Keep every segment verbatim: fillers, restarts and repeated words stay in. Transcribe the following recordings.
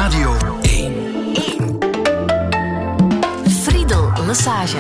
Radio één. Friedel Lesage.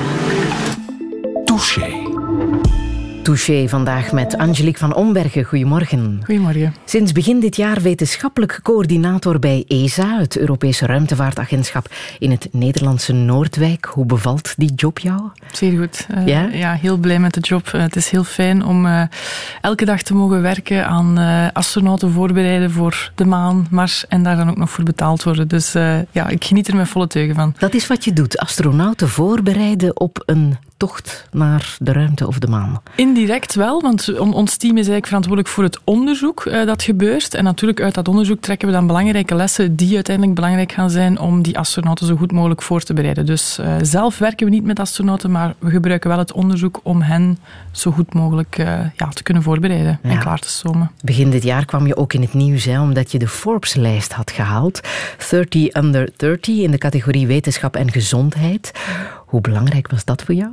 Touché. Touché vandaag met Angelique van Ombergen. Goedemorgen. Goedemorgen. Sinds begin dit jaar wetenschappelijk coördinator bij E S A, het Europese ruimtevaartagentschap in het Nederlandse Noordwijk. Hoe bevalt die job jou? Zeer goed. Uh, ja? ja, heel blij met de job. Uh, het is heel fijn om uh, elke dag te mogen werken aan uh, astronauten voorbereiden voor de maan, Mars en daar dan ook nog voor betaald worden. Dus uh, ja, ik geniet er met volle teugen van. Dat is wat je doet, astronauten voorbereiden op een tocht naar de ruimte of de maan. Indirect wel, want ons team is eigenlijk verantwoordelijk voor het onderzoek uh, dat gebeurt. En natuurlijk uit dat onderzoek trekken we dan belangrijke lessen die uiteindelijk belangrijk gaan zijn om die astronauten zo goed mogelijk voor te bereiden. Dus uh, zelf werken we niet met astronauten, maar we gebruiken wel het onderzoek om hen zo goed mogelijk uh, ja, te kunnen voorbereiden ja. en klaar te stomen. Begin dit jaar kwam je ook in het nieuws, hè, omdat je de Forbes-lijst had gehaald. dertig under dertig in de categorie wetenschap en gezondheid. Hoe belangrijk was dat voor jou?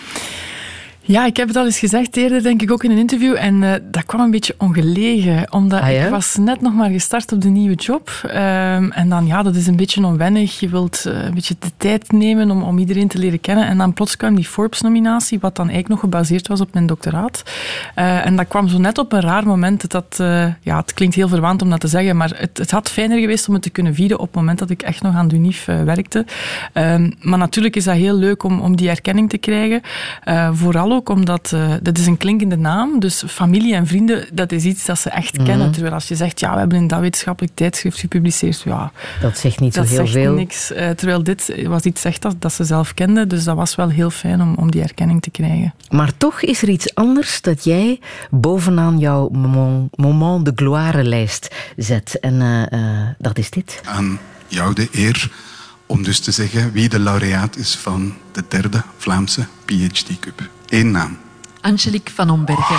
Ja, ik heb het al eens gezegd eerder, denk ik ook in een interview. En uh, dat kwam een beetje ongelegen. Omdat ah, ja? ik was net nog maar gestart op de nieuwe job. Um, en dan, ja, dat is een beetje onwennig. Je wilt uh, een beetje de tijd nemen om, om iedereen te leren kennen. En dan plots kwam die Forbes-nominatie, wat dan eigenlijk nog gebaseerd was op mijn doctoraat. Uh, en dat kwam zo net op een raar moment. Dat, uh, ja, het klinkt heel verwaand om dat te zeggen, maar het, het had fijner geweest om het te kunnen vieren op het moment dat ik echt nog aan de UNIF uh, werkte. Um, maar natuurlijk is dat heel leuk om, om die erkenning te krijgen. Uh, vooral ook omdat, uh, dat is een klinkende naam, dus familie en vrienden, dat is iets dat ze echt mm-hmm. kennen. Terwijl als je zegt, ja, we hebben in dat wetenschappelijk tijdschrift gepubliceerd, ja... Dat zegt niet zo heel veel. Dat zegt niks. Uh, terwijl dit was iets echt dat, dat ze zelf kenden, dus dat was wel heel fijn om, om die erkenning te krijgen. Maar toch is er iets anders dat jij bovenaan jouw moment, moment de gloire-lijst zet. En uh, uh, dat is dit. Aan jou de eer om dus te zeggen wie de laureaat is van de derde Vlaamse P H D Cup. Eén naam. Angelique van Ombergen.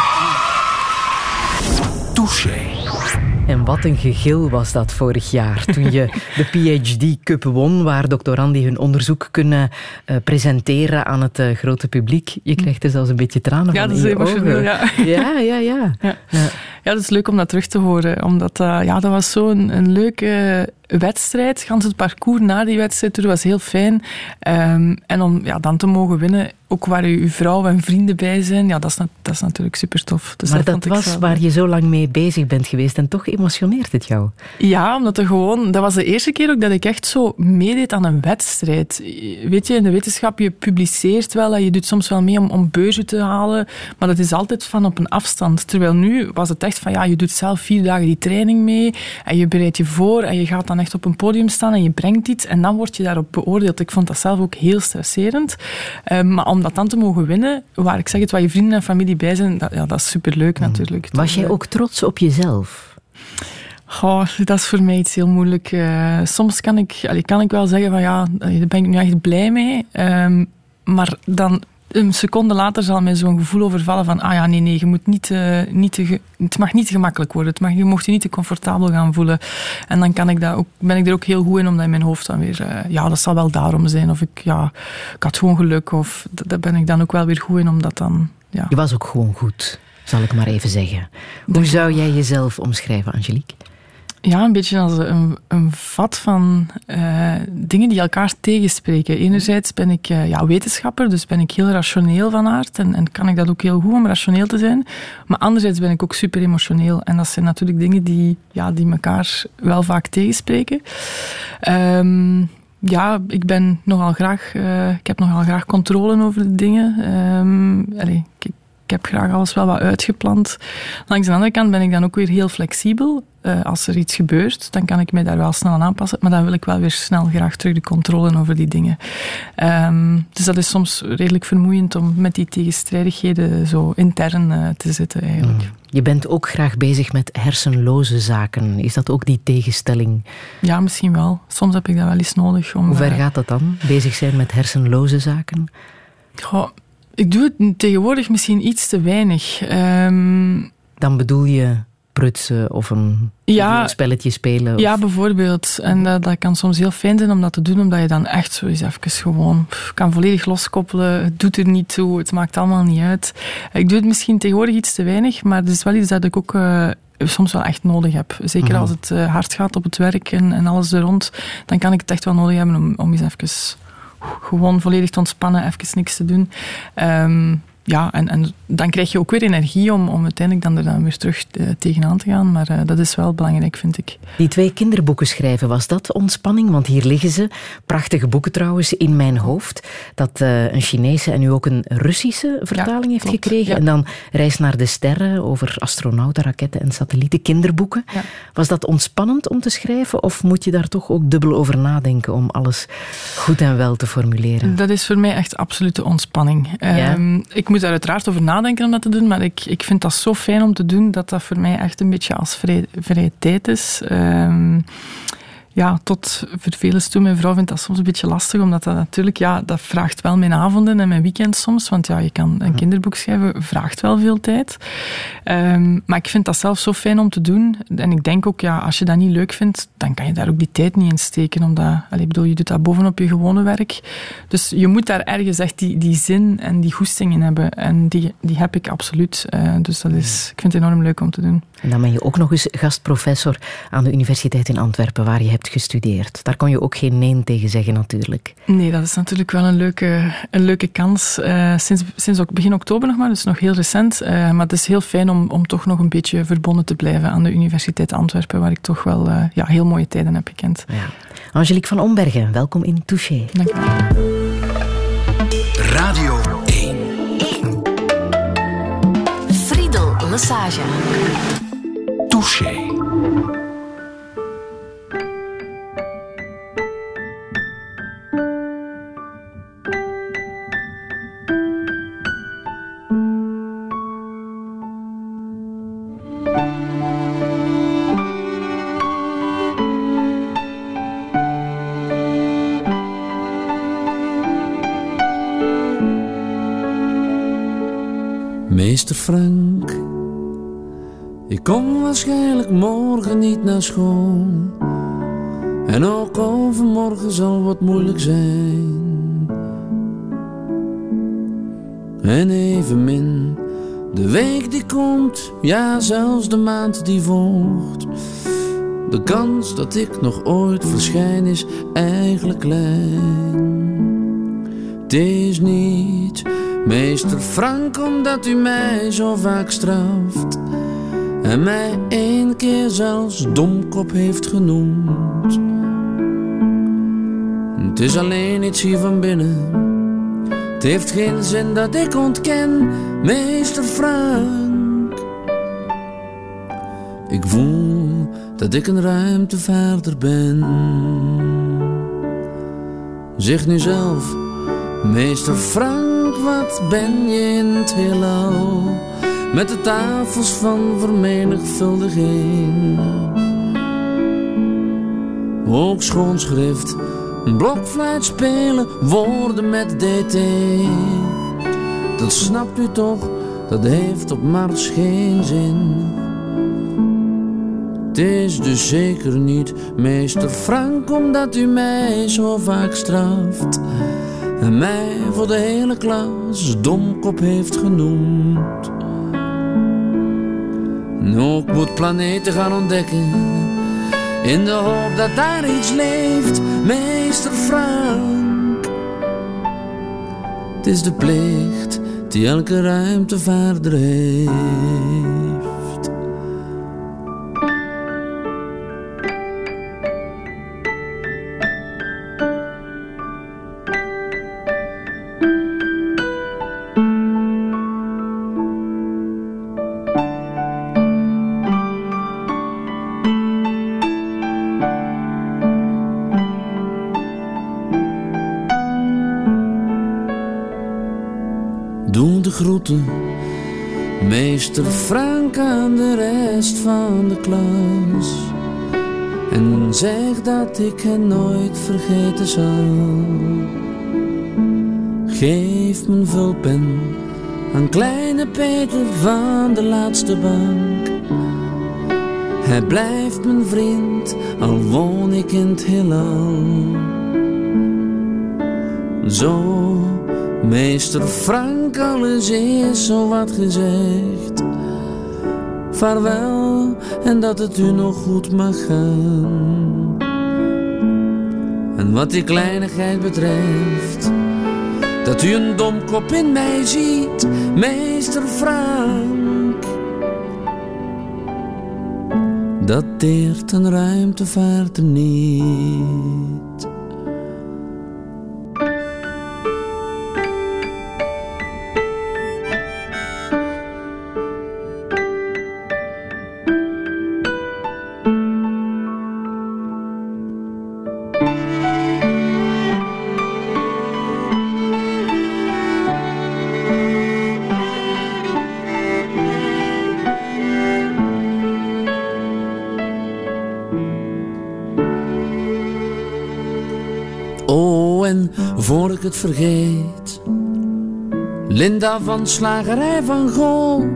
Touché. En wat een gegil was dat vorig jaar, toen je de P H D Cup won, waar doctoranden hun onderzoek kunnen uh, presenteren aan het uh, grote publiek. Je krijgt er zelfs een beetje tranen ja, van dat in is je emotioneel, ogen. Ja, ja, ja. ja. ja. ja. Ja, dat is leuk om dat terug te horen. Omdat uh, ja, dat was zo'n een leuke wedstrijd. Gans het parcours na die wedstrijd dat was heel fijn. Um, en om ja, dan te mogen winnen, ook waar uw vrouw en vrienden bij zijn, ja, dat, is, dat is natuurlijk super tof. Dus maar dat, dat was zo... waar je zo lang mee bezig bent geweest en toch emotioneert het jou? Ja, omdat er gewoon... Dat was de eerste keer ook dat ik echt zo meedeed aan een wedstrijd. Weet je, in de wetenschap, je publiceert wel en je doet soms wel mee om, om beurzen te halen, maar dat is altijd van op een afstand. Terwijl nu was het echt van, ja, je doet zelf vier dagen die training mee en je bereidt je voor en je gaat dan echt op een podium staan en je brengt iets en dan word je daarop beoordeeld. Ik vond dat zelf ook heel stresserend. Um, maar om dat dan te mogen winnen, waar ik zeg het, waar je vrienden en familie bij zijn, dat, ja, dat is superleuk natuurlijk. Was jij ook trots op jezelf? Goh, dat is voor mij iets heel moeilijk. Uh, soms kan ik, allee, kan ik wel zeggen van ja, daar ben ik nu echt blij mee. Um, maar dan... Een seconde later zal mij zo'n gevoel overvallen van ah ja, nee, nee, je moet niet, uh, niet te, het mag niet te gemakkelijk worden. Het mag, je mocht je niet te comfortabel gaan voelen. En dan kan ik dat ook, ben ik er ook heel goed in, omdat in mijn hoofd dan weer, uh, ja, dat zal wel daarom zijn. Of ik, ja, ik had gewoon geluk. Of daar ben ik dan ook wel weer goed in, omdat dan, ja. Je was ook gewoon goed, zal ik maar even zeggen. Hoe zou jij jezelf omschrijven, Angelique? Ja, een beetje als een, een vat van uh, dingen die elkaar tegenspreken. Enerzijds ben ik uh, ja, wetenschapper, dus ben ik heel rationeel van aard en, en kan ik dat ook heel goed om rationeel te zijn. Maar anderzijds ben ik ook super emotioneel. En dat zijn natuurlijk dingen die, ja, die elkaar wel vaak tegenspreken. Um, ja, ik ben nogal graag, uh, ik heb nogal graag controle over de dingen. Um, allez, ik, ik heb graag alles wel wat uitgepland. Langs de andere kant ben ik dan ook weer heel flexibel. Uh, als er iets gebeurt, dan kan ik mij daar wel snel aan aanpassen. Maar dan wil ik wel weer snel graag terug de controle over die dingen. Um, dus dat is soms redelijk vermoeiend om met die tegenstrijdigheden zo intern uh, te zitten eigenlijk. Mm. Je bent ook graag bezig met hersenloze zaken. Is dat ook die tegenstelling? Ja, misschien wel. Soms heb ik dat wel eens nodig. Om, Hoe ver uh, gaat dat dan? Bezig zijn met hersenloze zaken? Goh, ik doe het tegenwoordig misschien iets te weinig. Um, dan bedoel je prutsen of een, ja, een spelletje spelen? Of... Ja, bijvoorbeeld. En dat, dat kan soms heel fijn zijn om dat te doen, omdat je dan echt zo eens even gewoon pff, kan volledig loskoppelen. Het doet er niet toe, het maakt allemaal niet uit. Ik doe het misschien tegenwoordig iets te weinig, maar het is wel iets dat ik ook uh, soms wel echt nodig heb. Zeker mm-hmm. als het uh, hard gaat op het werk en, en alles er rond, dan kan ik het echt wel nodig hebben om, om eens even gewoon volledig te ontspannen, even niks te doen. Um, Ja, en, en dan krijg je ook weer energie om, om uiteindelijk dan er dan weer terug uh, tegenaan te gaan. Maar uh, dat is wel belangrijk, vind ik. Die twee kinderboeken schrijven, was dat ontspanning? Want hier liggen ze. Prachtige boeken trouwens, in mijn hoofd. Dat uh, een Chinese en nu ook een Russische vertaling ja, heeft klopt. gekregen. Ja. En dan Reis naar de sterren over astronauten, raketten en satellieten. Kinderboeken. Ja. Was dat ontspannend om te schrijven? Of moet je daar toch ook dubbel over nadenken om alles goed en wel te formuleren? Dat is voor mij echt absolute ontspanning. Ja. Um, ik moet daar uiteraard over nadenken om dat te doen, maar ik, ik vind dat zo fijn om te doen dat dat voor mij echt een beetje als vrije, vrije tijd is. Um, ja, tot vervelens toe. Mijn vrouw vindt dat soms een beetje lastig, omdat dat natuurlijk, ja, dat vraagt wel mijn avonden en mijn weekends soms, want ja, je kan een kinderboek schrijven, vraagt wel veel tijd. Um, maar ik vind dat zelf zo fijn om te doen. En ik denk ook, ja, als je dat niet leuk vindt, dan kan je daar ook die tijd niet in steken, omdat, allee, bedoel, je doet dat bovenop je gewone werk. Dus je moet daar ergens echt die, die zin en die goesting in hebben. En die, die heb ik absoluut. Uh, dus dat is, ik vind het enorm leuk om te doen. En dan ben je ook nog eens gastprofessor aan de Universiteit in Antwerpen, waar je hebt gestudeerd. Daar kon je ook geen nee tegen zeggen, natuurlijk. Nee, dat is natuurlijk wel een leuke, een leuke kans. Uh, sinds, sinds ook begin oktober nog maar, dus nog heel recent. Uh, maar het is heel fijn om, om toch nog een beetje verbonden te blijven aan de Universiteit Antwerpen, waar ik toch wel uh, ja, heel mooie tijden heb gekend. Ja. Angelique van Ombergen, welkom in Touché. Dank je wel. Radio één. Friedel Lesage. Touché. Meester Frank, ik kom waarschijnlijk morgen niet naar school. En ook overmorgen zal wat moeilijk zijn. En evenmin de week die komt, ja zelfs de maand die volgt. De kans dat ik nog ooit verschijn is eigenlijk klein. Het is niet Meester Frank, omdat u mij zo vaak straft en mij één keer zelfs domkop heeft genoemd. Het is alleen iets hier van binnen. Het heeft geen zin dat ik ontken, Meester Frank. Ik voel dat ik een ruimtevaarder ben. Zeg nu zelf, Meester Frank, wat ben je in het heelal, met de tafels van vermenigvuldiging. Ook schoonschrift, een blokfluit spelen, woorden met D T. Dat snapt u toch, dat heeft op Mars geen zin. Het is dus zeker niet Meester Frank, omdat u mij zo vaak straft en mij voor de hele klas domkop heeft genoemd. En ook moet planeten gaan ontdekken, in de hoop dat daar iets leeft, Meester Frank. Het is de plicht die elke ruimtevaarder heeft. Groeten, Meester Frank, aan de rest van de klas. En zeg dat ik hen nooit vergeten zal. Geef mijn vulpen aan kleine Peter van de laatste bank. Hij blijft mijn vriend, al woon ik in het heelal. Zo, Meester Frank, alles is zo wat gezegd. Vaarwel, en dat het u nog goed mag gaan. En wat die kleinigheid betreft, dat u een domkop in mij ziet, meester Frank, dat deert een ruimtevaart niet. Voor ik het vergeet, Linda van Slagerij van Gool.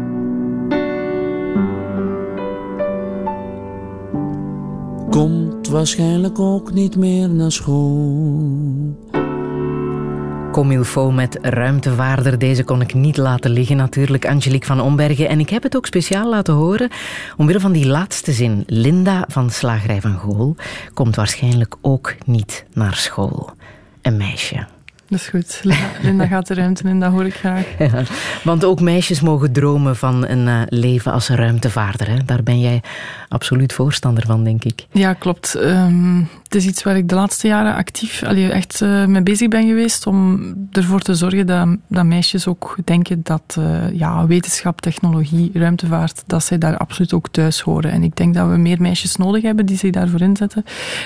Komt waarschijnlijk ook niet meer naar school. Comme il faut met ruimtevaarder. Deze kon ik niet laten liggen natuurlijk, Angelique van Ombergen. En ik heb het ook speciaal laten horen omwille van die laatste zin. Linda van Slagerij van Gool komt waarschijnlijk ook niet naar school. Een meisje. Dat is goed. Linda, Linda gaat de ruimte in, dat hoor ik graag. Ja, want ook meisjes mogen dromen van een uh, leven als ruimtevaarder. Hè? Daar ben jij absoluut voorstander van, denk ik. Ja, klopt. Um, het is iets waar ik de laatste jaren actief allee, echt uh, mee bezig ben geweest om ervoor te zorgen dat, dat meisjes ook denken dat uh, ja, wetenschap, technologie, ruimtevaart, dat zij daar absoluut ook thuis horen. En ik denk dat we meer meisjes nodig hebben die zich daarvoor inzetten.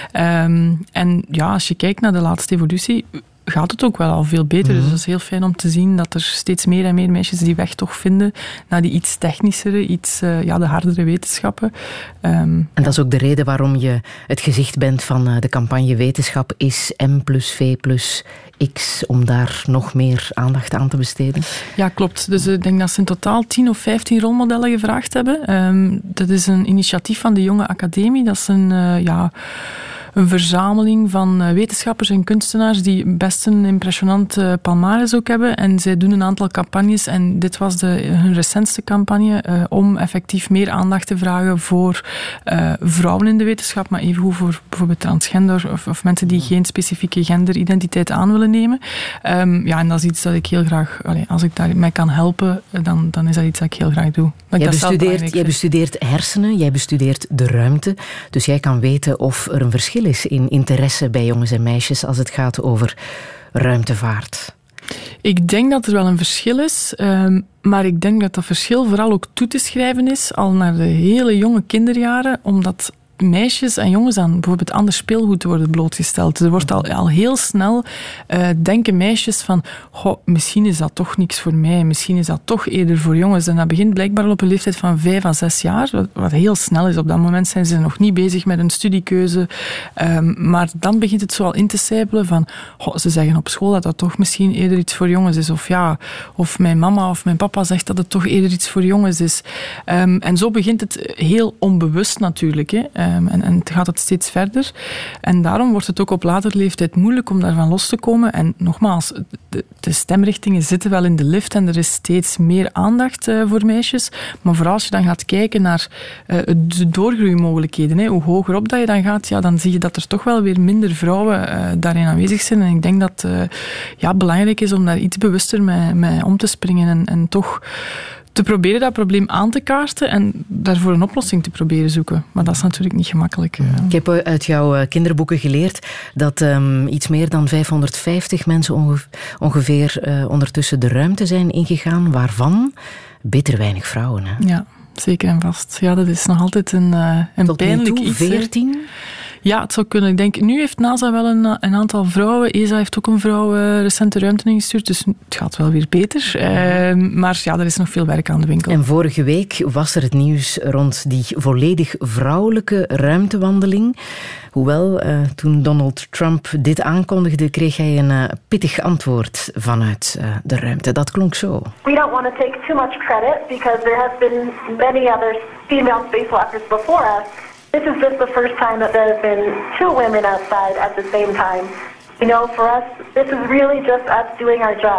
Um, en ja, als je kijkt naar de laatste evolutie, gaat het ook wel al veel beter. Mm-hmm. Dus het is heel fijn om te zien dat er steeds meer en meer meisjes die weg toch vinden naar die iets technischere, iets, uh, ja, de hardere wetenschappen. Um, en dat ja. is ook de reden waarom je het gezicht bent van uh, de campagne Wetenschap is M plus V plus X, om daar nog meer aandacht aan te besteden. Ja, klopt. Dus ik denk dat ze in totaal tien of vijftien rolmodellen gevraagd hebben. Um, dat is een initiatief van de Jonge Academie. Dat is een, uh, ja... een verzameling van wetenschappers en kunstenaars die best een impressionant uh, palmares ook hebben. En zij doen een aantal campagnes en dit was de, hun recentste campagne uh, om effectief meer aandacht te vragen voor uh, vrouwen in de wetenschap, maar evengoed voor bijvoorbeeld transgender of, of mensen die geen specifieke genderidentiteit aan willen nemen. Um, ja, en dat is iets dat ik heel graag, allee, als ik daarmee kan helpen, dan, dan is dat iets dat ik heel graag doe. Dat jij, dat bestudeert, jij bestudeert hersenen, jij bestudeert de ruimte, dus jij kan weten of er een verschil is in interesse bij jongens en meisjes als het gaat over ruimtevaart. Ik denk dat er wel een verschil is, um, maar ik denk dat dat verschil vooral ook toe te schrijven is al naar de hele jonge kinderjaren, omdat meisjes en jongens aan bijvoorbeeld ander speelgoed worden blootgesteld. Er wordt al, al heel snel uh, denken meisjes van goh, misschien is dat toch niks voor mij, misschien is dat toch eerder voor jongens. En dat begint blijkbaar op een leeftijd van vijf à zes jaar, wat, wat heel snel is. Op dat moment zijn ze nog niet bezig met een studiekeuze. Um, maar dan begint het zo al in te sijpelen van goh, ze zeggen op school dat dat toch misschien eerder iets voor jongens is. Of ja, of mijn mama of mijn papa zegt dat het toch eerder iets voor jongens is. Um, en zo begint het heel onbewust natuurlijk, hè. Um, en, en gaat het steeds verder. En daarom wordt het ook op latere leeftijd moeilijk om daarvan los te komen. En nogmaals, de, de stemrichtingen zitten wel in de lift en er is steeds meer aandacht uh, voor meisjes. Maar vooral als je dan gaat kijken naar uh, de doorgroeimogelijkheden, hè, hoe hoger op dat je dan gaat, ja, dan zie je dat er toch wel weer minder vrouwen uh, daarin aanwezig zijn. En ik denk dat het uh, ja, belangrijk is om daar iets bewuster mee, mee om te springen en, en toch te proberen dat probleem aan te kaarten en daarvoor een oplossing te proberen zoeken. Maar dat is natuurlijk niet gemakkelijk. Ik heb uit jouw kinderboeken geleerd dat um, iets meer dan vijfhonderdvijftig mensen onge- ongeveer uh, ondertussen de ruimte zijn ingegaan, waarvan bitter weinig vrouwen. Hè? Ja, zeker en vast. Ja, dat is nog altijd een, uh, een Tot pijnlijk toe, iets. veertien? Ja, het zou kunnen. Ik denk, nu heeft NASA wel een, een aantal vrouwen. E S A heeft ook een vrouw uh, recent de ruimte ingestuurd, dus het gaat wel weer beter. Uh, maar ja, er is nog veel werk aan de winkel. En vorige week was er het nieuws rond die volledig vrouwelijke ruimtewandeling. Hoewel, uh, toen Donald Trump dit aankondigde, kreeg hij een uh, pittig antwoord vanuit uh, de ruimte. Dat klonk zo. We don't want to take too much credit because there have been many other female spacewalkers before us. This is just the first time that there have been two women outside at the same time. You know, for us, this is really just us doing our job.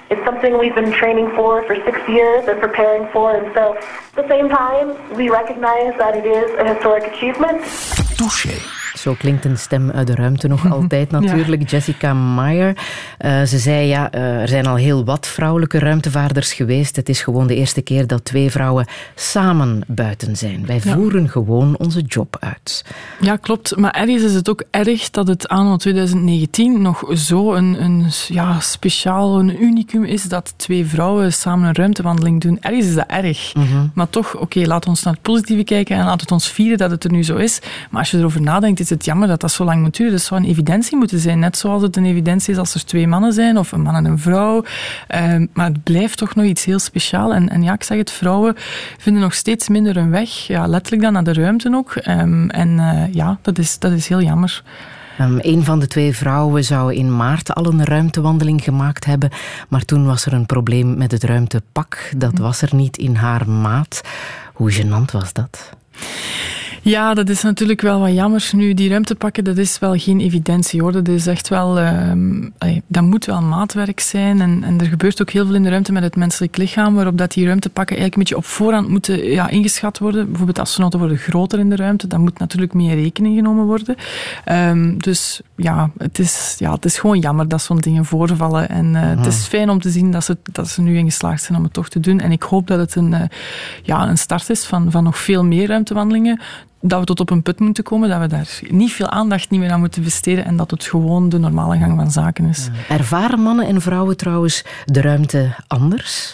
It's something we've been training for for six years and preparing for, and so at the same time, we recognize that it is a historic achievement. Touché. Zo klinkt een stem uit de ruimte nog altijd natuurlijk. Ja. Jessica Meyer. Uh, ze zei, ja, uh, er zijn al heel wat vrouwelijke ruimtevaarders geweest. Het is gewoon de eerste keer dat twee vrouwen samen buiten zijn. Wij ja. voeren gewoon onze job uit. Ja, klopt. Maar ergens is het ook erg dat het anno twintig negentien nog zo een, een ja, speciaal, een unicum is dat twee vrouwen samen een ruimtewandeling doen. Ergens is dat erg. Mm-hmm. Maar toch, oké, okay, laten we ons naar het positieve kijken en laten we ons vieren dat het er nu zo is. Maar als je erover nadenkt, is het jammer dat dat zo lang moet duren. Dat zou een evidentie moeten zijn. Net zoals het een evidentie is als er twee mannen zijn, of een man en een vrouw. Uh, maar het blijft toch nog iets heel speciaals. En, en ja, ik zeg het, vrouwen vinden nog steeds minder een weg. Ja, letterlijk dan naar de ruimte ook. Um, en uh, ja, dat is, dat is heel jammer. Um, een van de twee vrouwen zou in maart al een ruimtewandeling gemaakt hebben, maar toen was er een probleem met het ruimtepak. Dat was er niet in haar maat. Hoe gênant was dat? Ja, dat is natuurlijk wel wat jammer. Nu, die ruimtepakken, dat is wel geen evidentie, hoor. Dat is echt wel... Uh, allee, dat moet wel maatwerk zijn. En, en er gebeurt ook heel veel in de ruimte met het menselijk lichaam, waarop dat die ruimtepakken eigenlijk een beetje op voorhand moeten ja, ingeschat worden. Bijvoorbeeld astronauten worden groter in de ruimte. Dat moet natuurlijk meer rekening genomen worden. Um, dus ja het, is, ja, het is gewoon jammer dat zo'n dingen voorvallen. En uh, het is fijn om te zien dat ze, dat ze nu in geslaagd zijn om het toch te doen. En ik hoop dat het een, uh, ja, een start is van, van nog veel meer ruimtewandelingen. Dat we tot op een put moeten komen, dat we daar niet veel aandacht niet meer aan moeten besteden en dat het gewoon de normale gang van zaken is. Ja. Ervaren mannen en vrouwen trouwens de ruimte anders?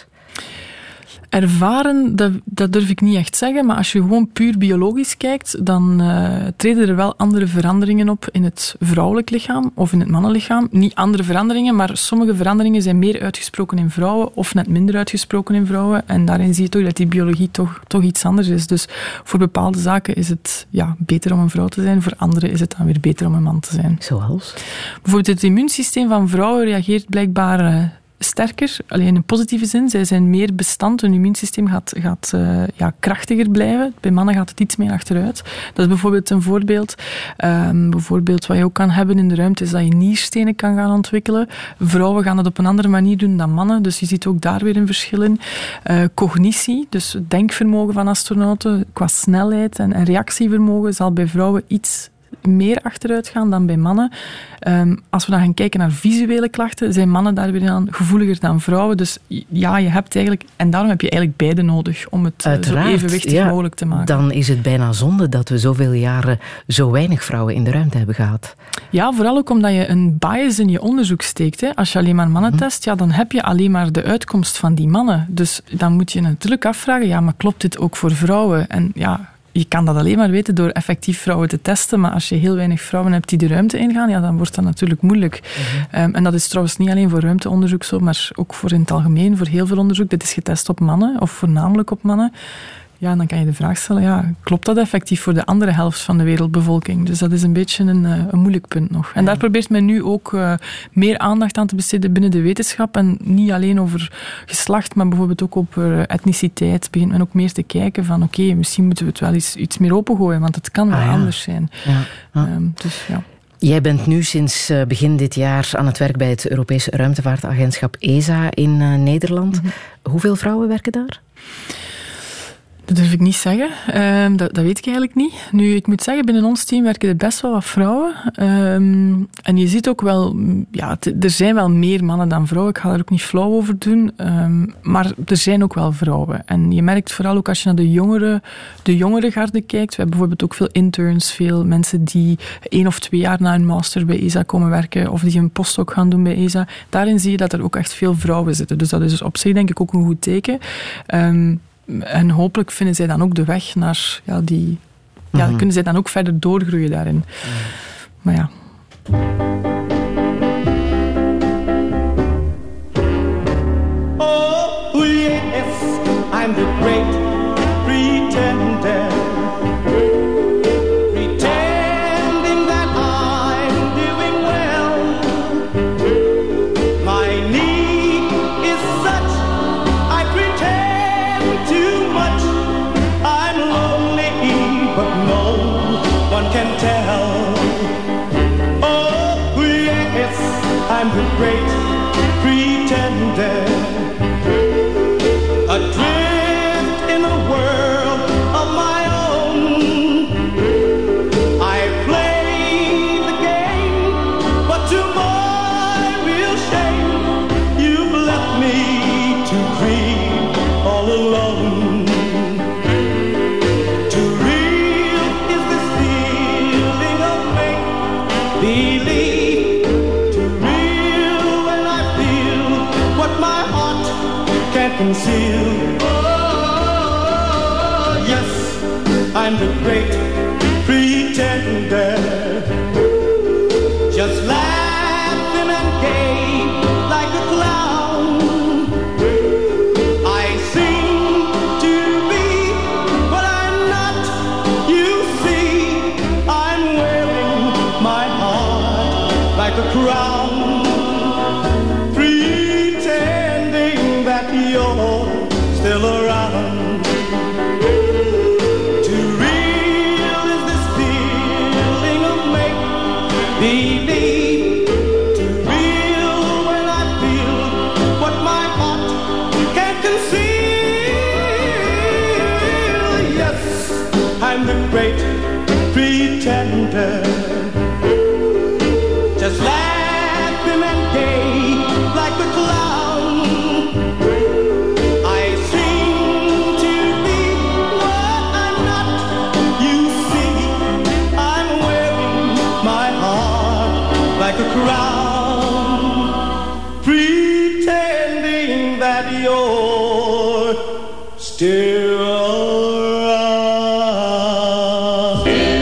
Ervaren, dat, dat durf ik niet echt zeggen, maar als je gewoon puur biologisch kijkt, dan uh, treden er wel andere veranderingen op in het vrouwelijk lichaam of in het mannenlichaam. Niet andere veranderingen, maar sommige veranderingen zijn meer uitgesproken in vrouwen of net minder uitgesproken in vrouwen. En daarin zie je toch dat die biologie toch, toch iets anders is. Dus voor bepaalde zaken is het ja, beter om een vrouw te zijn, voor andere is het dan weer beter om een man te zijn. Zoals? Bijvoorbeeld het immuunsysteem van vrouwen reageert blijkbaar... Uh, sterker, alleen in een positieve zin. Zij zijn meer bestand. Hun immuunsysteem gaat, gaat uh, ja, krachtiger blijven. Bij mannen gaat het iets meer achteruit. Dat is bijvoorbeeld een voorbeeld. Um, bijvoorbeeld wat je ook kan hebben in de ruimte is dat je nierstenen kan gaan ontwikkelen. Vrouwen gaan dat op een andere manier doen dan mannen. Dus je ziet ook daar weer een verschil in. Uh, cognitie, dus het denkvermogen van astronauten qua snelheid en, en reactievermogen zal bij vrouwen iets meer achteruit gaan dan bij mannen. Um, als we dan gaan kijken naar visuele klachten, zijn mannen daar weer aan gevoeliger dan vrouwen. Dus ja, je hebt eigenlijk... En daarom heb je eigenlijk beide nodig om het Uiteraard, zo evenwichtig ja, mogelijk te maken. Dan is het bijna zonde dat we zoveel jaren zo weinig vrouwen in de ruimte hebben gehad. Ja, vooral ook omdat je een bias in je onderzoek steekt. Hè. Als je alleen maar mannen test, ja, dan heb je alleen maar de uitkomst van die mannen. Dus dan moet je natuurlijk afvragen, ja, maar klopt dit ook voor vrouwen? En ja... Je kan dat alleen maar weten door effectief vrouwen te testen, maar als je heel weinig vrouwen hebt die de ruimte ingaan, ja, dan wordt dat natuurlijk moeilijk. Mm-hmm. Um, en dat is trouwens niet alleen voor ruimteonderzoek zo, maar ook voor in het algemeen, voor heel veel onderzoek. Dit is getest op mannen, of voornamelijk op mannen. Ja, en dan kan je de vraag stellen, ja, klopt dat effectief voor de andere helft van de wereldbevolking? Dus dat is een beetje een, een moeilijk punt nog. En ja. Daar probeert men nu ook uh, meer aandacht aan te besteden binnen de wetenschap. En niet alleen over geslacht, maar bijvoorbeeld ook over etniciteit. Begint men ook meer te kijken van, oké, okay, misschien moeten we het wel eens iets meer opengooien, want het kan wel ah, ja. anders zijn. Ja. Ja. Um, dus ja. Jij bent nu sinds begin dit jaar aan het werk bij het Europese ruimtevaartagentschap E S A in uh, Nederland. Mm-hmm. Hoeveel vrouwen werken daar? Dat durf ik niet zeggen. Um, dat, dat weet ik eigenlijk niet. Nu, ik moet zeggen, binnen ons team werken er best wel wat vrouwen. Um, en je ziet ook wel... Ja, t- er zijn wel meer mannen dan vrouwen. Ik ga daar ook niet flauw over doen. Um, maar er zijn ook wel vrouwen. En je merkt vooral ook als je naar de jongere, de jongere garde kijkt. We hebben bijvoorbeeld ook veel interns, veel mensen die één of twee jaar na hun master bij E S A komen werken. Of die een postdoc gaan doen bij E S A. Daarin zie je dat er ook echt veel vrouwen zitten. Dus dat is op zich denk ik ook een goed teken. Um, En hopelijk vinden zij dan ook de weg naar ja, die... Ja, mm-hmm. kunnen zij dan ook verder doorgroeien daarin. Mm. Maar ja... Oh, yes, I'm the great pretender. Pretending that I'm doing well. My need is such, I pretend too much. I'm lonely, but no one can tell. Oh, yes, I'm the great pretender, adrift in a world of my own. I play the game, but to my real shame, you've left me to grieve all alone. Too real is this feeling of make-believe. Too real when I feel what my heart can't conceal. Oh, yes, I'm the great pretender, just laughing and gay like a clown. I seem to be what I'm not. You see, I'm wearing my heart like a crown, pretending that you're still around. Too real is this feeling of make-believe. Too real when I feel what my heart can't conceal. Yes, I'm the great pretender, just laughing and gay like the clown. I seem to be what I'm not. You see, I'm wearing my heart like a crown, pretending that you're still around.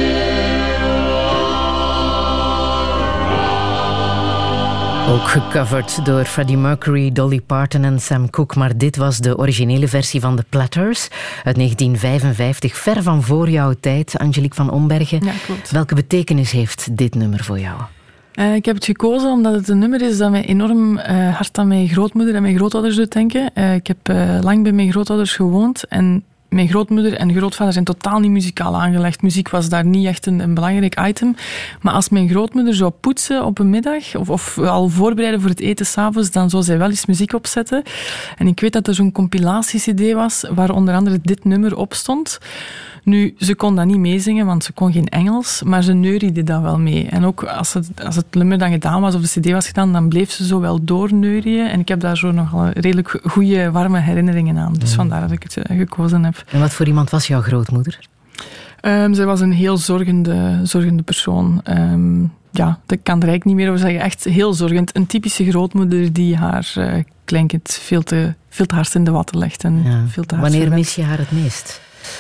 Ook gecoverd door Freddie Mercury, Dolly Parton en Sam Cooke. Maar dit was de originele versie van The Platters uit negentien vijfenvijftig, ver van voor jouw tijd, Angelique van Ombergen. Ja, klopt. Welke betekenis heeft dit nummer voor jou? Uh, ik heb het gekozen omdat het een nummer is dat mij enorm uh, hard aan mijn grootmoeder en mijn grootouders doet denken. Uh, ik heb uh, lang bij mijn grootouders gewoond en mijn grootmoeder en grootvader zijn totaal niet muzikaal aangelegd. Muziek was daar niet echt een, een belangrijk item. Maar als mijn grootmoeder zou poetsen op een middag, of, of al voorbereiden voor het eten 's avonds, dan zou zij wel eens muziek opzetten. En ik weet dat er zo'n compilatie-cd was, waar onder andere dit nummer op stond. Nu, ze kon dat niet meezingen, want ze kon geen Engels, maar ze neuriede dat wel mee. En ook als het, als het nummer dan gedaan was, of de cd was gedaan, dan bleef ze zo wel doorneurien. En ik heb daar zo nog redelijk goede, warme herinneringen aan. Dus vandaar dat ik het uh, gekozen heb. En wat voor iemand was jouw grootmoeder? Um, zij was een heel zorgende, zorgende persoon. Um, ja, dat kan er eigenlijk niet meer over zeggen. Echt heel zorgend. Een typische grootmoeder die haar uh, kleinkind veel te, veel te hard in de watten legt. En Ja. veel te hard Wanneer verwend. mis je haar het meest?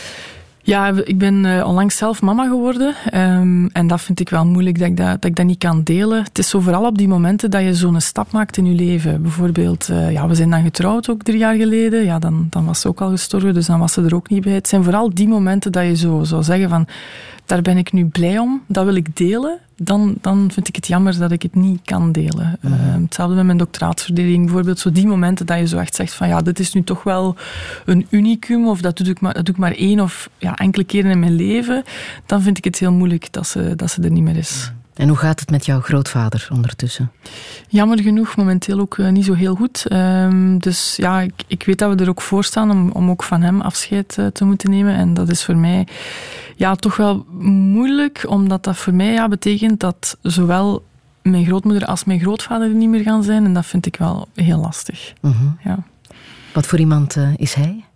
Ja, ik ben uh, onlangs zelf mama geworden. Um, en dat vind ik wel moeilijk, dat ik dat, dat ik dat niet kan delen. Het is zo vooral op die momenten dat je zo'n stap maakt in je leven. Bijvoorbeeld, uh, ja, we zijn dan getrouwd ook drie jaar geleden. Ja, dan, dan was ze ook al gestorven, dus dan was ze er ook niet bij. Het zijn vooral die momenten dat je zo zou zeggen van, daar ben ik nu blij om, dat wil ik delen. Dan, dan vind ik het jammer dat ik het niet kan delen. Mm-hmm. Uh, hetzelfde met mijn doctoraatsverdediging bijvoorbeeld. Zo die momenten dat je zo echt zegt van ja, dit is nu toch wel een unicum, of dat doe ik maar, dat doe ik maar één of ja, enkele keren in mijn leven. Dan vind ik het heel moeilijk dat ze, dat ze er niet meer is. En hoe gaat het met jouw grootvader ondertussen? Jammer genoeg, momenteel ook uh, niet zo heel goed. Um, dus ja, ik, ik weet dat we er ook voor staan om, om ook van hem afscheid uh, te moeten nemen. En dat is voor mij ja, toch wel moeilijk, omdat dat voor mij ja, betekent dat zowel mijn grootmoeder als mijn grootvader er niet meer gaan zijn. En dat vind ik wel heel lastig. Mm-hmm. Ja. Wat voor iemand uh, is hij?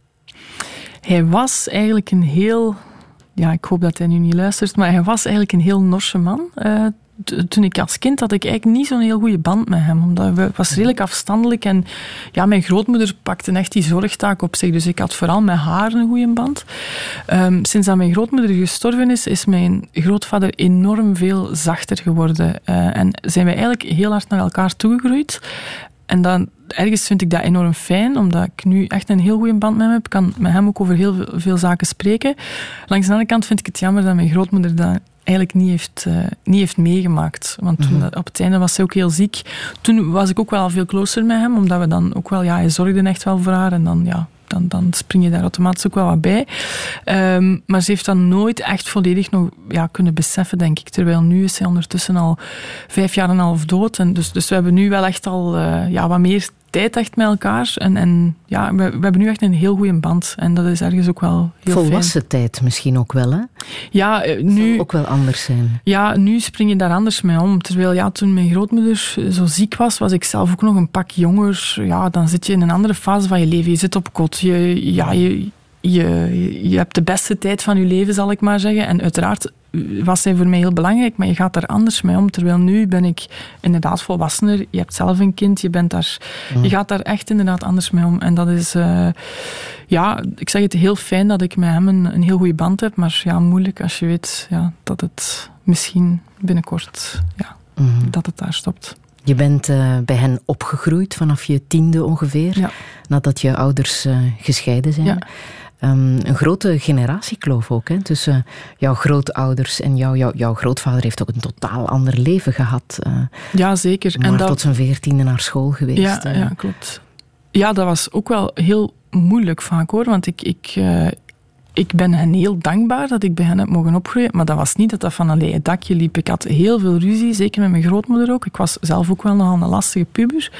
Hij was eigenlijk een heel... Ja, ik hoop dat hij nu niet luistert, maar hij was eigenlijk een heel Norse man. Uh, t- toen ik als kind had ik eigenlijk niet zo'n heel goede band met hem, omdat hij was redelijk afstandelijk en ja, mijn grootmoeder pakte echt die zorgtaak op zich, dus ik had vooral met haar een goede band. Um, sinds dat mijn grootmoeder gestorven is, is mijn grootvader enorm veel zachter geworden uh, en zijn wij eigenlijk heel hard naar elkaar toegegroeid. En dan, ergens vind ik dat enorm fijn, omdat ik nu echt een heel goede band met hem heb. Ik kan met hem ook over heel veel, veel zaken spreken. Langs de andere kant vind ik het jammer dat mijn grootmoeder dat eigenlijk niet heeft, uh, niet heeft meegemaakt. Want toen, mm-hmm. op het einde was zij ook heel ziek. Toen was ik ook wel veel closer met hem, omdat we dan ook wel, ja, hij zorgde echt wel voor haar. En dan, ja, dan, dan spring je daar automatisch ook wel wat bij. Um, maar ze heeft dat nooit echt volledig nog ja, kunnen beseffen, denk ik. Terwijl nu is zij ondertussen al vijf jaar en een half dood. En dus, dus we hebben nu wel echt al uh, ja, wat meer tijd echt met elkaar. En, en ja, we, we hebben nu echt een heel goede band. En dat is ergens ook wel heel Volwassen fijn. tijd misschien ook wel, hè? Ja, uh, nu... Zal ook wel anders zijn. Ja, nu spring je daar anders mee om. Terwijl ja, toen mijn grootmoeder zo ziek was, was ik zelf ook nog een pak jonger. Ja, dan zit je in een andere fase van je leven. Je zit op kot. Je, ja, je, je, je hebt de beste tijd van je leven, zal ik maar zeggen. En uiteraard was zij voor mij heel belangrijk, maar je gaat daar anders mee om. Terwijl nu ben ik inderdaad volwassener. Je hebt zelf een kind, je, bent daar, mm. je gaat daar echt inderdaad anders mee om. En dat is, uh, ja, ik zeg het heel fijn dat ik met hem een, een heel goede band heb, maar ja, moeilijk als je weet ja, dat het misschien binnenkort, ja, mm. dat het daar stopt. Je bent uh, bij hen opgegroeid vanaf je tiende ongeveer, ja. nadat je ouders uh, gescheiden zijn. Ja. Um, een grote generatiekloof ook, hè, tussen jouw grootouders en jou. Jouw, jouw grootvader heeft ook een totaal ander leven gehad. Uh, ja, zeker. Maar en dat... tot zijn veertiende naar school geweest. Ja, uh. ja, klopt. Ja, dat was ook wel heel moeilijk vaak, hoor. Want ik... ik uh, Ik ben hen heel dankbaar dat ik bij hen heb mogen opgroeien, maar dat was niet dat dat van een leien dakje liep. Ik had heel veel ruzie, zeker met mijn grootmoeder ook. Ik was zelf ook wel nogal een lastige puber.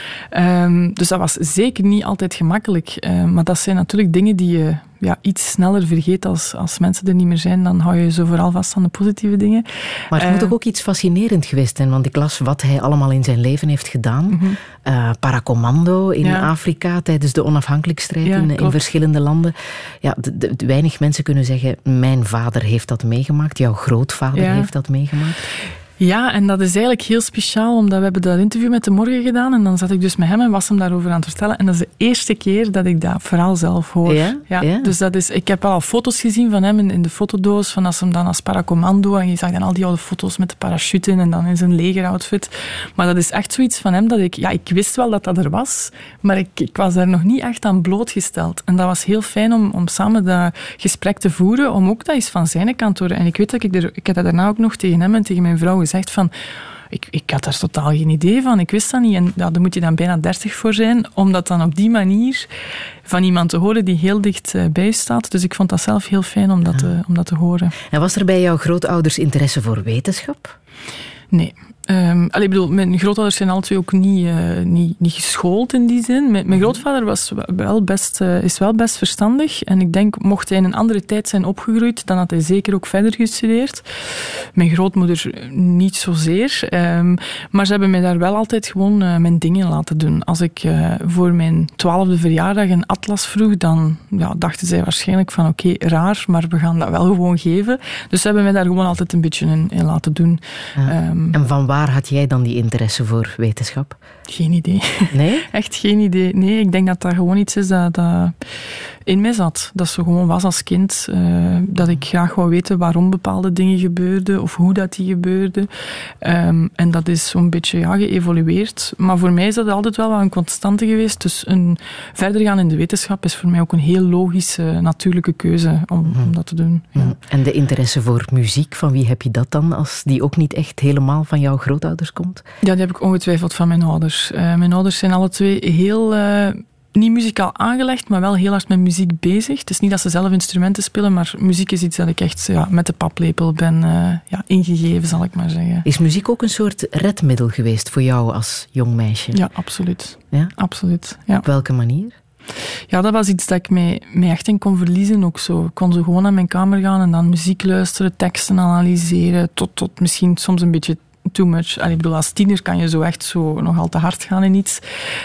Um, dus dat was zeker niet altijd gemakkelijk. Uh, maar dat zijn natuurlijk dingen die je ja, iets sneller vergeet als, als mensen er niet meer zijn. Dan hou je je zo vooral vast aan de positieve dingen. Maar het uh, moet toch ook iets fascinerend geweest zijn, want ik las wat hij allemaal in zijn leven heeft gedaan. Mm-hmm. Uh, paracommando in ja. Afrika tijdens de onafhankelijkheidsstrijd ja, in, in verschillende landen. Ja, de, de, de, weinig mensen kunnen zeggen, mijn vader heeft dat meegemaakt, jouw grootvader ja. heeft dat meegemaakt. Ja, en dat is eigenlijk heel speciaal, omdat we hebben dat interview met De Morgen gedaan en dan zat ik dus met hem en was hem daarover aan het vertellen. En dat is de eerste keer dat ik dat verhaal zelf hoor. Ja? Ja, ja. Dus dat is, ik heb al foto's gezien van hem in, in de fotodoos, van als hem dan als paracommando, en je zag dan al die oude foto's met de parachute in en dan in zijn legeroutfit. Maar dat is echt zoiets van hem dat ik, ja, ik wist wel dat dat er was, maar ik, ik was daar nog niet echt aan blootgesteld. En dat was heel fijn om, om samen dat gesprek te voeren, om ook dat eens van zijn kant te horen. En ik weet dat ik er, ik heb dat daarna ook nog tegen hem en tegen mijn vrouw gezegd van, ik, ik had daar totaal geen idee van, ik wist dat niet. En ja, daar moet je dan bijna dertig voor zijn, om dat dan op die manier van iemand te horen die heel dicht uh, bij je staat. Dus ik vond dat zelf heel fijn om dat, ja. te, om dat te horen. En was er bij jouw grootouders interesse voor wetenschap? Nee. Um, allee, bedoel, mijn grootouders zijn alle twee ook niet, uh, niet, niet geschoold in die zin. Mijn, mijn grootvader was wel best, uh, is wel best verstandig. En ik denk, mocht hij in een andere tijd zijn opgegroeid, dan had hij zeker ook verder gestudeerd. Mijn grootmoeder niet zozeer. Um, maar ze hebben mij daar wel altijd gewoon uh, mijn dingen laten doen. Als ik uh, voor mijn twaalfde verjaardag een atlas vroeg, dan ja, dachten zij waarschijnlijk van oké, okay, raar, maar we gaan dat wel gewoon geven. Dus ze hebben mij daar gewoon altijd een beetje in, in laten doen. Ja. Um, en van waar Waar had jij dan die interesse voor wetenschap? Geen idee. Nee? Echt geen idee. Nee, ik denk dat dat gewoon iets is dat, dat in mij zat. Dat zo gewoon was als kind. Uh, dat ik graag wou weten waarom bepaalde dingen gebeurden of hoe dat die gebeurden. Um, en dat is zo'n beetje ja, geëvolueerd. Maar voor mij is dat altijd wel wel een constante geweest. Dus een, verder gaan in de wetenschap is voor mij ook een heel logische, natuurlijke keuze om, mm. om dat te doen. Ja. Mm. En de interesse voor muziek, van wie heb je dat dan, als die ook niet echt helemaal van jouw grootouders komt? Ja, die heb ik ongetwijfeld van mijn ouders. Uh, mijn ouders zijn alle twee heel, uh, niet muzikaal aangelegd, maar wel heel hard met muziek bezig. Het is niet dat ze zelf instrumenten spelen, maar muziek is iets dat ik echt ja, met de paplepel ben uh, ja, ingegeven, zal ik maar zeggen. Is muziek ook een soort redmiddel geweest voor jou als jong meisje? Ja, absoluut. Ja? Absoluut, ja. Op welke manier? Ja, dat was iets dat ik mij, mij echt in kon verliezen ook zo. Ik kon zo gewoon naar mijn kamer gaan en dan muziek luisteren, teksten analyseren, tot, tot misschien soms een beetje too much. Allee, ik bedoel, als tiener kan je zo echt zo nogal te hard gaan in iets.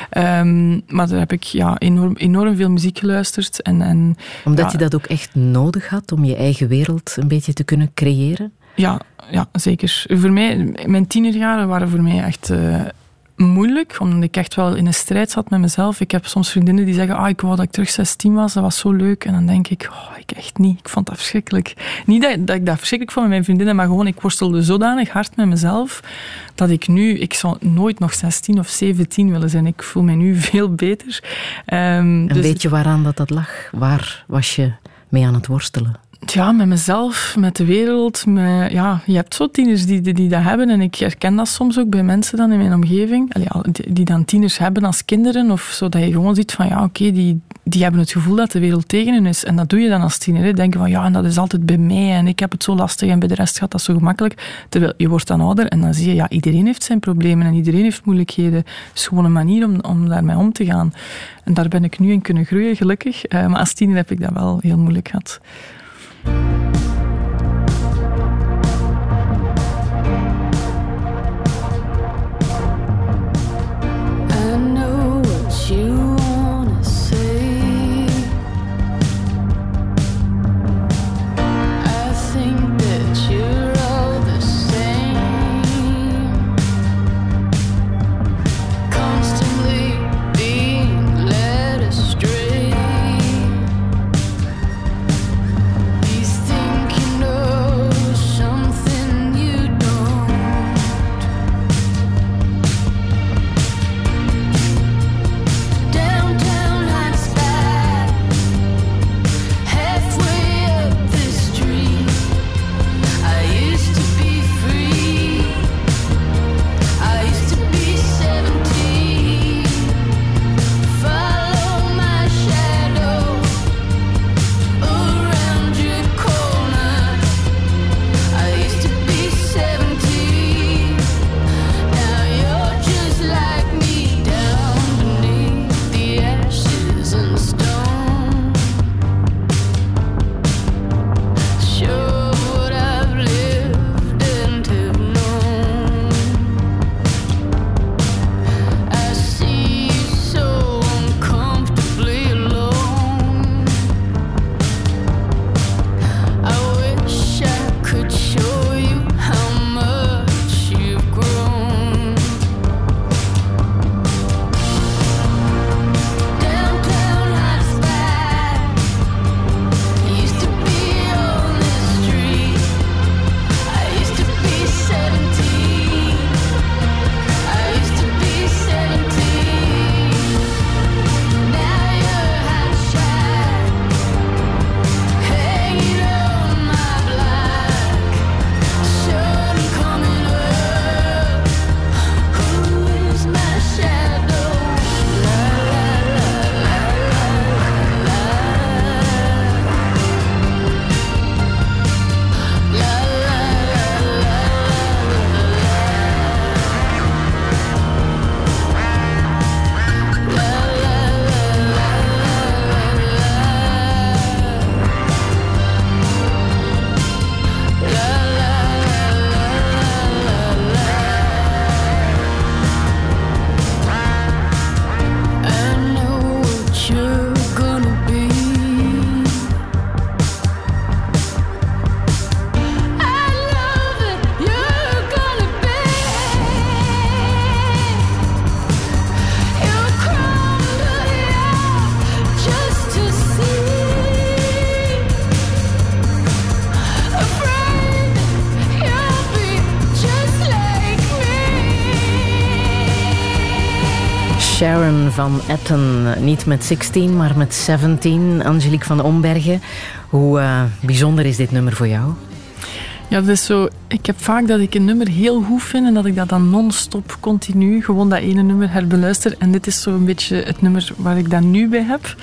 Um, maar daar heb ik ja, enorm, enorm veel muziek geluisterd. En, en, Omdat ja, je dat ook echt nodig had om je eigen wereld een beetje te kunnen creëren? Ja, ja zeker. Voor mij, mijn tienerjaren waren voor mij echt Uh, moeilijk, omdat ik echt wel in een strijd zat met mezelf. Ik heb soms vriendinnen die zeggen, ah, ik wou dat ik terug zestien was, dat was zo leuk. En dan denk ik, oh, ik echt niet. Ik vond dat verschrikkelijk. Niet dat, dat ik dat verschrikkelijk vond met mijn vriendinnen, maar gewoon, ik worstelde zodanig hard met mezelf, dat ik nu, ik zou nooit nog zestien of zeventien willen zijn. Ik voel me nu veel beter. Um, en dus weet je waaraan dat, dat lag? Waar was je mee aan het worstelen? Ja, met mezelf, met de wereld. Met, ja, je hebt zo tieners die, die, die dat hebben. En ik herken dat soms ook bij mensen dan in mijn omgeving. Allee, die, die dan tieners hebben als kinderen. Of zo, dat je gewoon ziet van, ja, oké, okay, die, die hebben het gevoel dat de wereld tegen hen is. En dat doe je dan als tiener. Hè. Denken van, ja, en dat is altijd bij mij. En ik heb het zo lastig. En bij de rest gaat dat zo gemakkelijk. Terwijl je wordt dan ouder. En dan zie je, ja, iedereen heeft zijn problemen. En iedereen heeft moeilijkheden. Het is gewoon een manier om, om daarmee om te gaan. En daar ben ik nu in kunnen groeien, gelukkig. Uh, maar als tiener heb ik dat wel heel moeilijk gehad. Sharon van Etten, niet met zestien, maar met zeventien. Angelique van Ombergen, hoe uh, bijzonder is dit nummer voor jou? Ja, dat is zo. Ik heb vaak dat ik een nummer heel goed vind en dat ik dat dan non-stop, continu, gewoon dat ene nummer herbeluister. En dit is zo een beetje het nummer waar ik dat nu bij heb.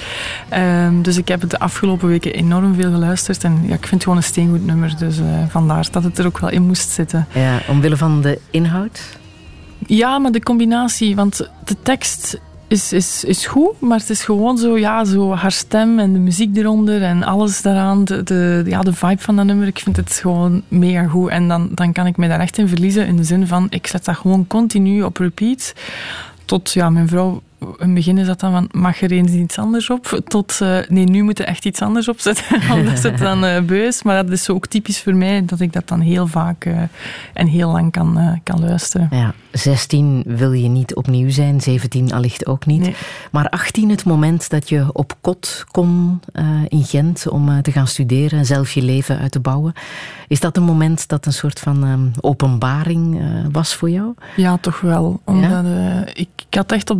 Um, dus ik heb het de afgelopen weken enorm veel geluisterd. En ja, ik vind het gewoon een steengoed nummer. Dus uh, vandaar dat het er ook wel in moest zitten. Ja, omwille van de inhoud? Ja, maar de combinatie. Want de tekst is, is, is goed, maar het is gewoon zo, ja, zo haar stem en de muziek eronder en alles daaraan. De, de, ja, de vibe van dat nummer, ik vind het gewoon mega goed. En dan, dan kan ik mij daar echt in verliezen, in de zin van, ik zet dat gewoon continu op repeat. Tot, ja, mijn vrouw, in het begin is dat dan van, mag er eens iets anders op? Tot, uh, nee, nu moet je echt iets anders opzetten, omdat het dan uh, beu is. Maar dat is zo ook typisch voor mij, dat ik dat dan heel vaak uh, en heel lang kan, uh, kan luisteren. Ja, zestien wil je niet opnieuw zijn, zeventien allicht ook niet. Nee. Maar achttien, het moment dat je op kot kon uh, in Gent om uh, te gaan studeren en zelf je leven uit te bouwen. Is dat een moment dat een soort van um, openbaring uh, was voor jou? Ja, toch wel. Omdat, ja? uh, ik, ik had echt op dat moment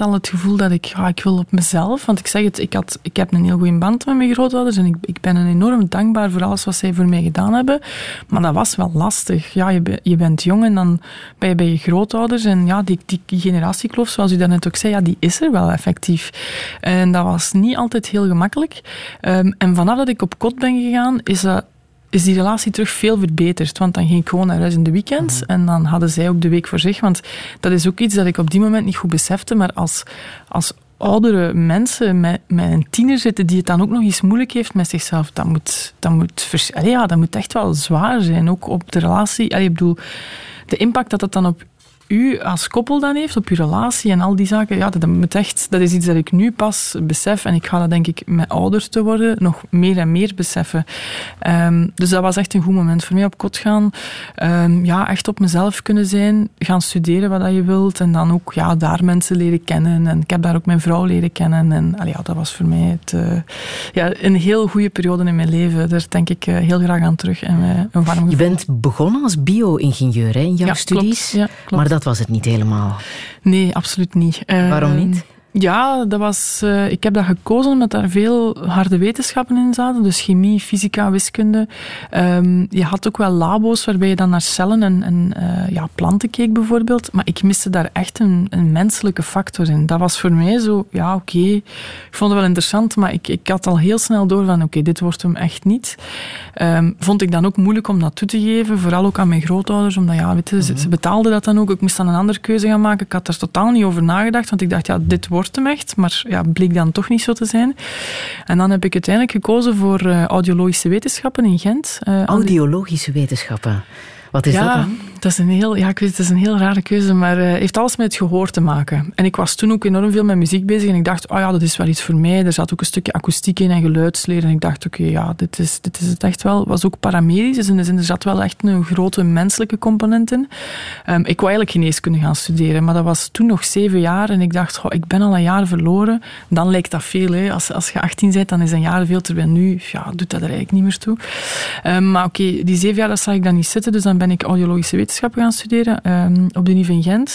al het gevoel dat ik, ja, ik wil op mezelf, want ik zeg het, ik, had, ik heb een heel goede band met mijn grootouders en ik, ik ben hen enorm dankbaar voor alles wat zij voor mij gedaan hebben, maar dat was wel lastig. Ja, je, be, je bent jong en dan ben je bij je grootouders en ja, die, die, die generatiekloof, zoals u daarnet ook zei, ja, die is er wel effectief. En dat was niet altijd heel gemakkelijk. Um, en vanaf dat ik op kot ben gegaan, is dat is die relatie terug veel verbeterd. Want dan ging ik gewoon naar huis in de weekends mm-hmm. en dan hadden zij ook de week voor zich. Want dat is ook iets dat ik op die moment niet goed besefte, maar als, als oudere mensen met, met een tiener zitten die het dan ook nog eens moeilijk heeft met zichzelf, dat moet, dat moet, vers- allee, ja, dat moet echt wel zwaar zijn. Ook op de relatie. Allee, ik bedoel, de impact dat dat dan op u als koppel dan heeft, op uw relatie en al die zaken, ja, dat, moet echt, dat is iets dat ik nu pas besef en ik ga dat denk ik met ouder te worden nog meer en meer beseffen. Um, dus dat was echt een goed moment voor mij, op kot gaan. Um, ja, echt op mezelf kunnen zijn, gaan studeren wat dat je wilt en dan ook ja, daar mensen leren kennen en ik heb daar ook mijn vrouw leren kennen en allee, ja, dat was voor mij het, uh, ja, een heel goede periode in mijn leven. Daar denk ik uh, heel graag aan terug en uh, een warm gevoel. Je bent begonnen als bio-ingenieur hè, in jouw ja, studies, klopt. Ja, klopt. Maar dat was het niet helemaal. Nee, absoluut niet. Waarom niet? Uh, ja, dat was, uh, ik heb dat gekozen omdat daar veel harde wetenschappen in zaten. Dus chemie, fysica, wiskunde. Um, je had ook wel labo's waarbij je dan naar cellen en, en uh, ja, planten keek bijvoorbeeld. Maar ik miste daar echt een, een menselijke factor in. Dat was voor mij zo, ja oké, okay. Ik vond het wel interessant, maar ik, ik had al heel snel door van oké, okay, dit wordt hem echt niet. Um, vond ik dan ook moeilijk om dat toe te geven. Vooral ook aan mijn grootouders, omdat ja, weet je, mm-hmm. ze, ze betaalden dat dan ook. Ik moest dan een andere keuze gaan maken. Ik had er totaal niet over nagedacht, want ik dacht, ja, dit wordt hem echt, maar ja, bleek dan toch niet zo te zijn. En dan heb ik uiteindelijk gekozen voor uh, audiologische wetenschappen in Gent. Uh, audiologische wetenschappen? Wat is ja, dat dan? Dat is een heel, ja, ik weet, het is een heel rare keuze, maar uh, heeft alles met het gehoor te maken. En ik was toen ook enorm veel met muziek bezig en ik dacht, oh ja, dat is wel iets voor mij. Er zat ook een stukje akoestiek in en geluidsleer en ik dacht, oké, okay, ja, dit is, dit is het echt wel. Het was ook paramedisch, dus in de zin, er zat wel echt een grote menselijke component in. Um, ik wou eigenlijk geneeskunde gaan studeren, maar dat was toen nog zeven jaar en ik dacht, oh, ik ben al een jaar verloren. Dan lijkt dat veel, hè. Als, als je achttien bent, dan is een jaar veel, terwijl nu, ja, doet dat er eigenlijk niet meer toe. Um, maar oké, okay, die zeven jaar, dat zag ik dan niet zitten, dus dan ben ik audiologische wetenschappen gaan studeren. Um, op de U N I V in Gent.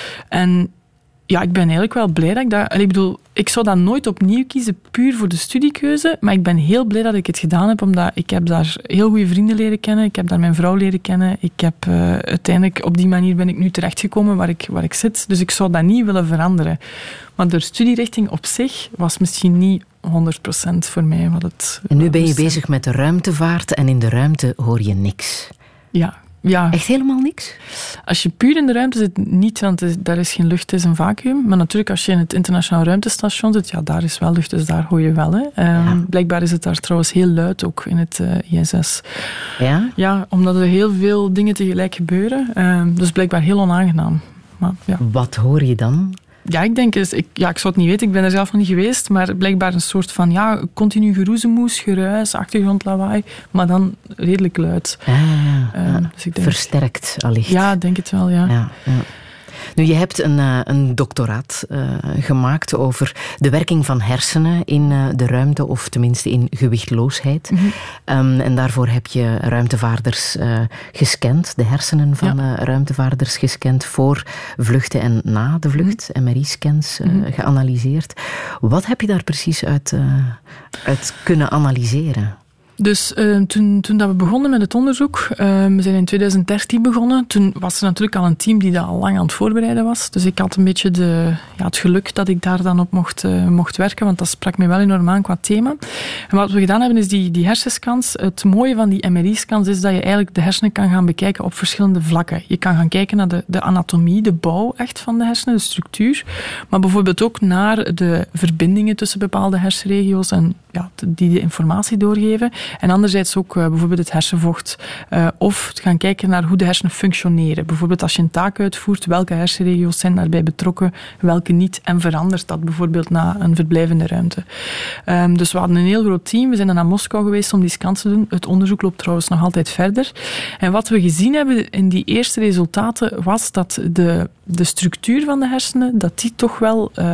En ja, ik ben eigenlijk wel blij dat ik dat... Ik bedoel, ik zou dat nooit opnieuw kiezen, puur voor de studiekeuze, maar ik ben heel blij dat ik het gedaan heb, omdat ik heb daar heel goede vrienden leren kennen, ik heb daar mijn vrouw leren kennen, ik heb uh, uiteindelijk, op die manier ben ik nu terechtgekomen waar ik, waar ik zit, dus ik zou dat niet willen veranderen. Maar de studierichting op zich was misschien niet honderd procent voor mij wat het... En nu ben je bezig met de ruimtevaart en in de ruimte hoor je niks. Ja. Ja. Echt helemaal niks? Als je puur in de ruimte zit, niet, want daar is geen lucht, het is een vacuüm. Maar natuurlijk, als je in het internationaal ruimtestation zit, ja, daar is wel lucht, dus daar hoor je wel. Hè. Um, ja. Blijkbaar is het daar trouwens heel luid ook in het uh, I S S. Ja? Ja, omdat er heel veel dingen tegelijk gebeuren. Um, dus blijkbaar heel onaangenaam. Maar, ja. Wat hoor je dan? Ja, ik denk, dus, ik, ja, ik zou het niet weten, ik ben er zelf nog niet geweest, maar blijkbaar een soort van, ja, continu geroezemoes, geruis, achtergrondlawaai, maar dan redelijk luid. Ah, ja, ja. Um, dus ik denk, versterkt allicht. Ja, ik denk het wel, ja. ja, ja. Nu, je hebt een, uh, een doctoraat uh, gemaakt over de werking van hersenen in uh, de ruimte, of tenminste in gewichtloosheid. Mm-hmm. Um, en daarvoor heb je ruimtevaarders uh, gescand, de hersenen van ja. uh, ruimtevaarders gescand voor vluchten en na de vlucht, mm-hmm. M R I-scans uh, mm-hmm. geanalyseerd. Wat heb je daar precies uit, uh, uit kunnen analyseren? Dus uh, toen, toen dat we begonnen met het onderzoek, uh, we zijn in twintig dertien begonnen, toen was er natuurlijk al een team die dat al lang aan het voorbereiden was. Dus ik had een beetje de, ja, het geluk dat ik daar dan op mocht, uh, mocht werken, want dat sprak me wel enorm aan qua thema. En wat we gedaan hebben is die, die hersenscans. Het mooie van die M R I-scans is dat je eigenlijk de hersenen kan gaan bekijken op verschillende vlakken. Je kan gaan kijken naar de, de anatomie, de bouw echt van de hersenen, de structuur, maar bijvoorbeeld ook naar de verbindingen tussen bepaalde hersenregio's en ja, die de informatie doorgeven. En anderzijds ook uh, bijvoorbeeld het hersenvocht. Uh, of gaan kijken naar hoe de hersenen functioneren. Bijvoorbeeld als je een taak uitvoert, welke hersenregio's zijn daarbij betrokken, welke niet. En verandert dat bijvoorbeeld na een verblijf in de ruimte. Um, dus we hadden een heel groot team. We zijn dan naar Moskou geweest om die scans te doen. Het onderzoek loopt trouwens nog altijd verder. En wat we gezien hebben in die eerste resultaten was dat de, de structuur van de hersenen, dat die toch wel... Uh,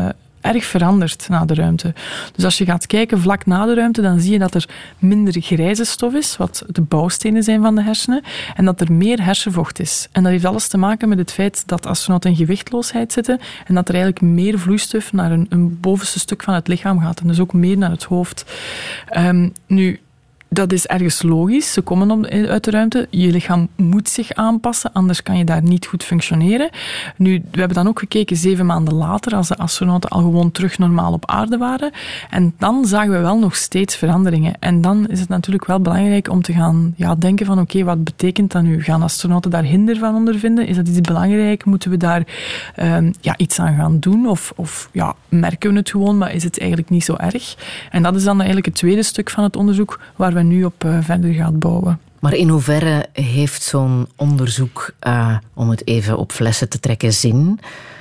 erg veranderd na de ruimte. Dus als je gaat kijken vlak na de ruimte, dan zie je dat er minder grijze stof is, wat de bouwstenen zijn van de hersenen, en dat er meer hersenvocht is. En dat heeft alles te maken met het feit dat astronauten in gewichtloosheid zitten en dat er eigenlijk meer vloeistof naar een, een bovenste stuk van het lichaam gaat en dus ook meer naar het hoofd. Um, nu... Dat is ergens logisch. Ze komen op, uit de ruimte. Je lichaam moet zich aanpassen, anders kan je daar niet goed functioneren. Nu, we hebben dan ook gekeken zeven maanden later, als de astronauten al gewoon terug normaal op aarde waren. En dan zagen we wel nog steeds veranderingen. En dan is het natuurlijk wel belangrijk om te gaan ja, denken van oké, okay, wat betekent dat nu? Gaan astronauten daar hinder van ondervinden? Is dat iets belangrijk? Moeten we daar um, ja, iets aan gaan doen? Of, of ja, merken we het gewoon, maar is het eigenlijk niet zo erg? En dat is dan eigenlijk het tweede stuk van het onderzoek waar we nu op uh, verder gaat bouwen. Maar in hoeverre heeft zo'n onderzoek, uh, om het even op flessen te trekken, zin?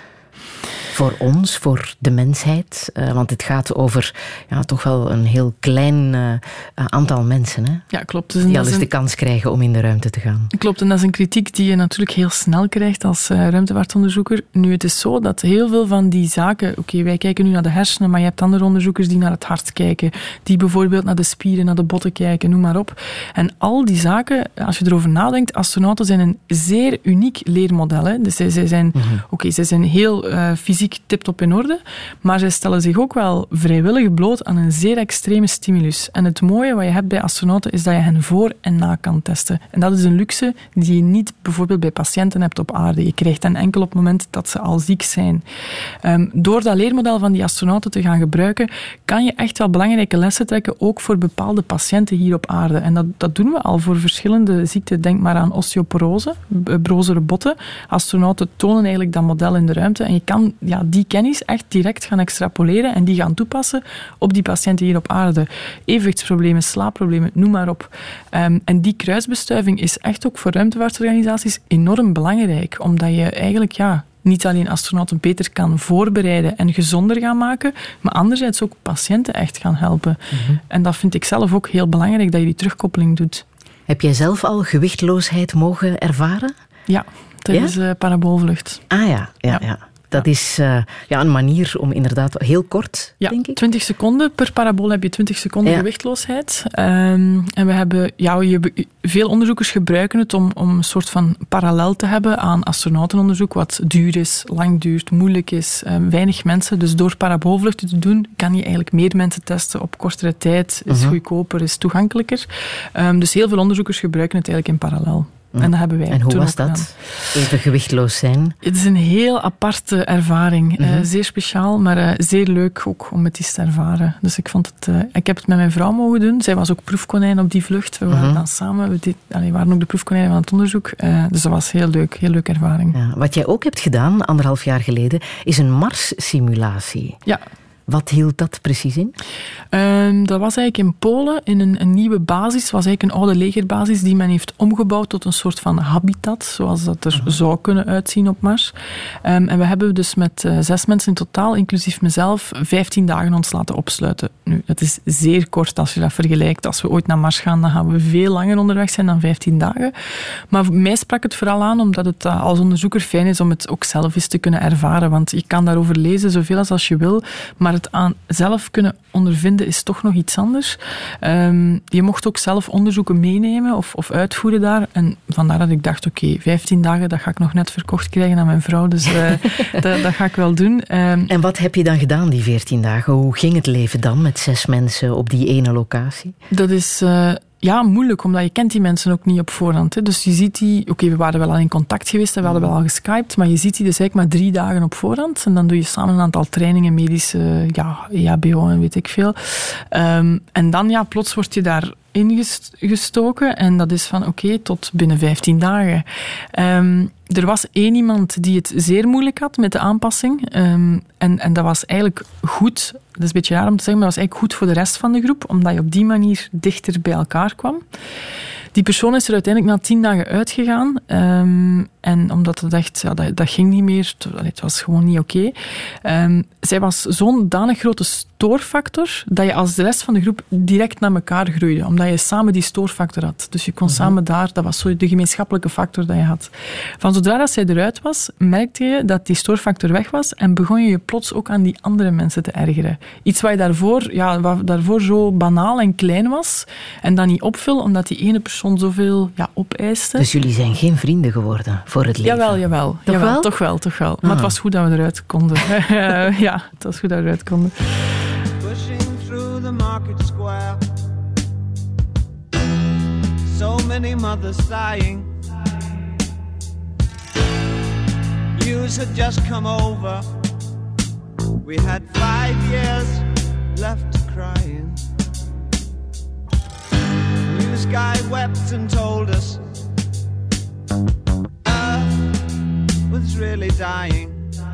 Voor ons, voor de mensheid? Uh, want het gaat over ja, toch wel een heel klein uh, aantal mensen. Hè? Ja, klopt. Dus die al eens een... de kans krijgen om in de ruimte te gaan. Klopt, en dat is een kritiek die je natuurlijk heel snel krijgt als uh, ruimtevaartonderzoeker. Nu, het is zo dat heel veel van die zaken... Oké, okay, wij kijken nu naar de hersenen, maar je hebt andere onderzoekers die naar het hart kijken. Die bijvoorbeeld naar de spieren, naar de botten kijken, noem maar op. En al die zaken, als je erover nadenkt, astronauten zijn een zeer uniek leermodel. Hè? Dus zij, zij zijn, mm-hmm. Oké, okay, zij zijn heel uh, fysiek tip-top in orde, maar zij stellen zich ook wel vrijwillig bloot aan een zeer extreme stimulus. En het mooie wat je hebt bij astronauten is dat je hen voor en na kan testen. En dat is een luxe die je niet bijvoorbeeld bij patiënten hebt op aarde. Je krijgt hen enkel op het moment dat ze al ziek zijn. Um, door dat leermodel van die astronauten te gaan gebruiken, kan je echt wel belangrijke lessen trekken, ook voor bepaalde patiënten hier op aarde. En dat, dat doen we al voor verschillende ziekten. Denk maar aan osteoporose, brozere botten. Astronauten tonen eigenlijk dat model in de ruimte en je kan ja, die kennis echt direct gaan extrapoleren en die gaan toepassen op die patiënten hier op aarde. Evenwichtsproblemen, slaapproblemen, noem maar op. Um, en die kruisbestuiving is echt ook voor ruimtevaartorganisaties enorm belangrijk, omdat je eigenlijk ja, niet alleen astronauten beter kan voorbereiden en gezonder gaan maken, maar anderzijds ook patiënten echt gaan helpen. Mm-hmm. En dat vind ik zelf ook heel belangrijk, dat je die terugkoppeling doet. Heb jij zelf al gewichtloosheid mogen ervaren? Ja, tijdens ja? uh, paraboolvlucht. Ah ja, ja, ja. ja. Dat is uh, ja, een manier om inderdaad heel kort, ja, denk ik. twintig seconden. Per parabool heb je twintig seconden ja. gewichtloosheid. Um, en we hebben, ja, je, veel onderzoekers gebruiken het om, om een soort van parallel te hebben aan astronautenonderzoek, wat duur is, lang duurt, moeilijk is, um, weinig mensen. Dus door paraboolvluchten te doen, kan je eigenlijk meer mensen testen op kortere tijd, is uh-huh. goedkoper, is toegankelijker. Um, dus heel veel onderzoekers gebruiken het eigenlijk in parallel. En dat hebben wij En hoe toen was ook dat? gedaan. Even gewichtloos zijn? Het is een heel aparte ervaring. Mm-hmm. Uh, zeer speciaal, maar uh, zeer leuk ook om het eens te ervaren. Dus ik vond het... Uh, ik heb het met mijn vrouw mogen doen. Zij was ook proefkonijn op die vlucht. We waren mm-hmm. dan samen. We deed, allee, waren ook de proefkonijnen van het onderzoek. Uh, dus dat was heel leuk. Heel leuke ervaring. Ja, wat jij ook hebt gedaan, anderhalf jaar geleden, is een Mars-simulatie. Ja. Wat hield dat precies in? Um, dat was eigenlijk in Polen, in een, een nieuwe basis. Het was eigenlijk een oude legerbasis die men heeft omgebouwd tot een soort van habitat, zoals dat er uh-huh. zou kunnen uitzien op Mars. Um, en we hebben dus met uh, zes mensen in totaal, inclusief mezelf, vijftien dagen ons laten opsluiten. Nu, dat is zeer kort als je dat vergelijkt. Als we ooit naar Mars gaan, dan gaan we veel langer onderweg zijn dan vijftien dagen. Maar voor mij sprak het vooral aan, omdat het uh, als onderzoeker fijn is om het ook zelf eens te kunnen ervaren. Want je kan daarover lezen zoveel als, als je wil, maar het aan zelf kunnen ondervinden is toch nog iets anders. Um, je mocht ook zelf onderzoeken meenemen of, of uitvoeren daar. En vandaar dat ik dacht, oké, okay, vijftien dagen, dat ga ik nog net verkocht krijgen aan mijn vrouw. Dus uh, dat, dat ga ik wel doen. Um, en wat heb je dan gedaan die veertien dagen? Hoe ging het leven dan met zes mensen op die ene locatie? Dat is... Uh, Ja, moeilijk, omdat je kent die mensen ook niet op voorhand. Hè. Dus je ziet die... Oké, okay, we waren wel al in contact geweest en we hadden wel al geskyped, maar je ziet die dus eigenlijk maar drie dagen op voorhand. En dan doe je samen een aantal trainingen, medische, ja, E H B O en weet ik veel. Um, en dan, ja, plots word je daar ingestoken en dat is van, oké, okay, tot binnen vijftien dagen. Um, er was één iemand die het zeer moeilijk had met de aanpassing. Um, en, en dat was eigenlijk goed. Dat is een beetje raar om te zeggen, maar dat was eigenlijk goed voor de rest van de groep, omdat je op die manier dichter bij elkaar kwam. Die persoon is er uiteindelijk na tien dagen uitgegaan. Um, en omdat het echt, ja, dat, dat ging niet meer. Het, het was gewoon niet oké. Okay. Um, zij was zo'n danig grote stoorfactor dat je als de rest van de groep direct naar elkaar groeide. Omdat je samen die stoorfactor had. Dus je kon mm-hmm. samen daar, dat was zo de gemeenschappelijke factor dat je had. Van zodra dat zij eruit was, merkte je dat die stoorfactor weg was en begon je je plots ook aan die andere mensen te ergeren. Iets wat je daarvoor, ja, wat daarvoor zo banaal en klein was en dat niet opviel, omdat die ene persoon zoveel ja, opeiste. Dus jullie zijn geen vrienden geworden voor het leven? Jawel, jawel. Toch jawel, wel? Toch wel, toch wel. Maar ah. het was goed dat we eruit konden. uh, ja, het was goed dat we eruit konden. Pushing through the market square. So many mothers sighing. News had just come over. We had five years left crying. News guy wept and told us Earth was really dying.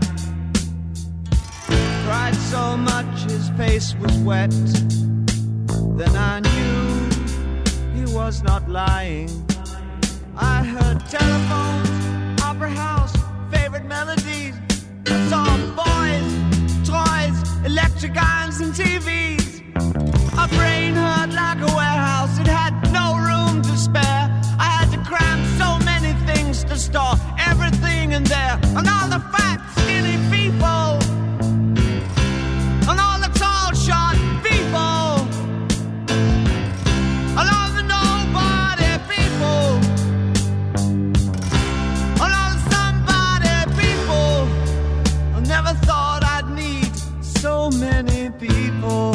Cried so much his face was wet. Then I knew he was not lying. I heard telephones, opera house, favorite melodies. I saw boys, toys, electric irons and T Vs. My brain hurt like a warehouse. It had no room to spare. I had to cram so many things to store everything in there. And all the fat, skinny people. And all the tall, short people. And all the nobody people. And all the somebody people. I never thought I'd need so many people.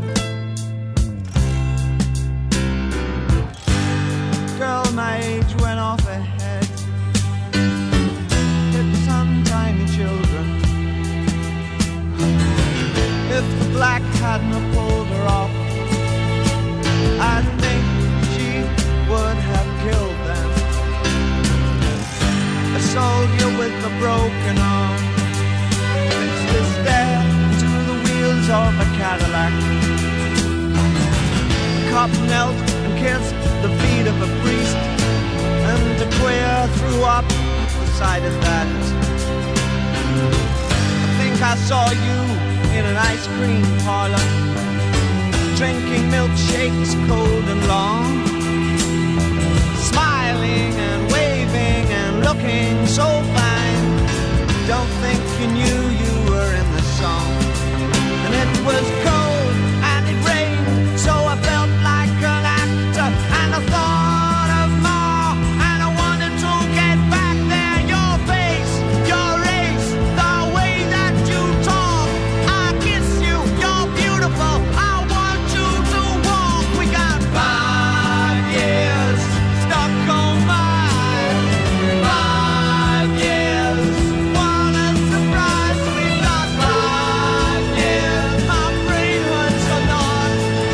Girl my age went off ahead. Hit some tiny children. If the black hadn't have pulled her off, I think she would have killed them. A soldier with a broken arm fixed his stare to the wheels of a Cadillac. A cop knelt and kissed the feet of a priest, and a queer threw up the sight of that. I think I saw you in an ice cream parlor, drinking milkshakes cold and long, smiling and waving and looking so fine. Don't think you knew you were in the song. And it was cold and it rained, so I felt like an actor, and I thought of more, and I wanted to get back there. Your face, your race, the way that you talk, I kiss you, you're beautiful, I want you to walk. We got five years stuck on mine. Five years, what a surprise. We got five years, my brain hurts a lot.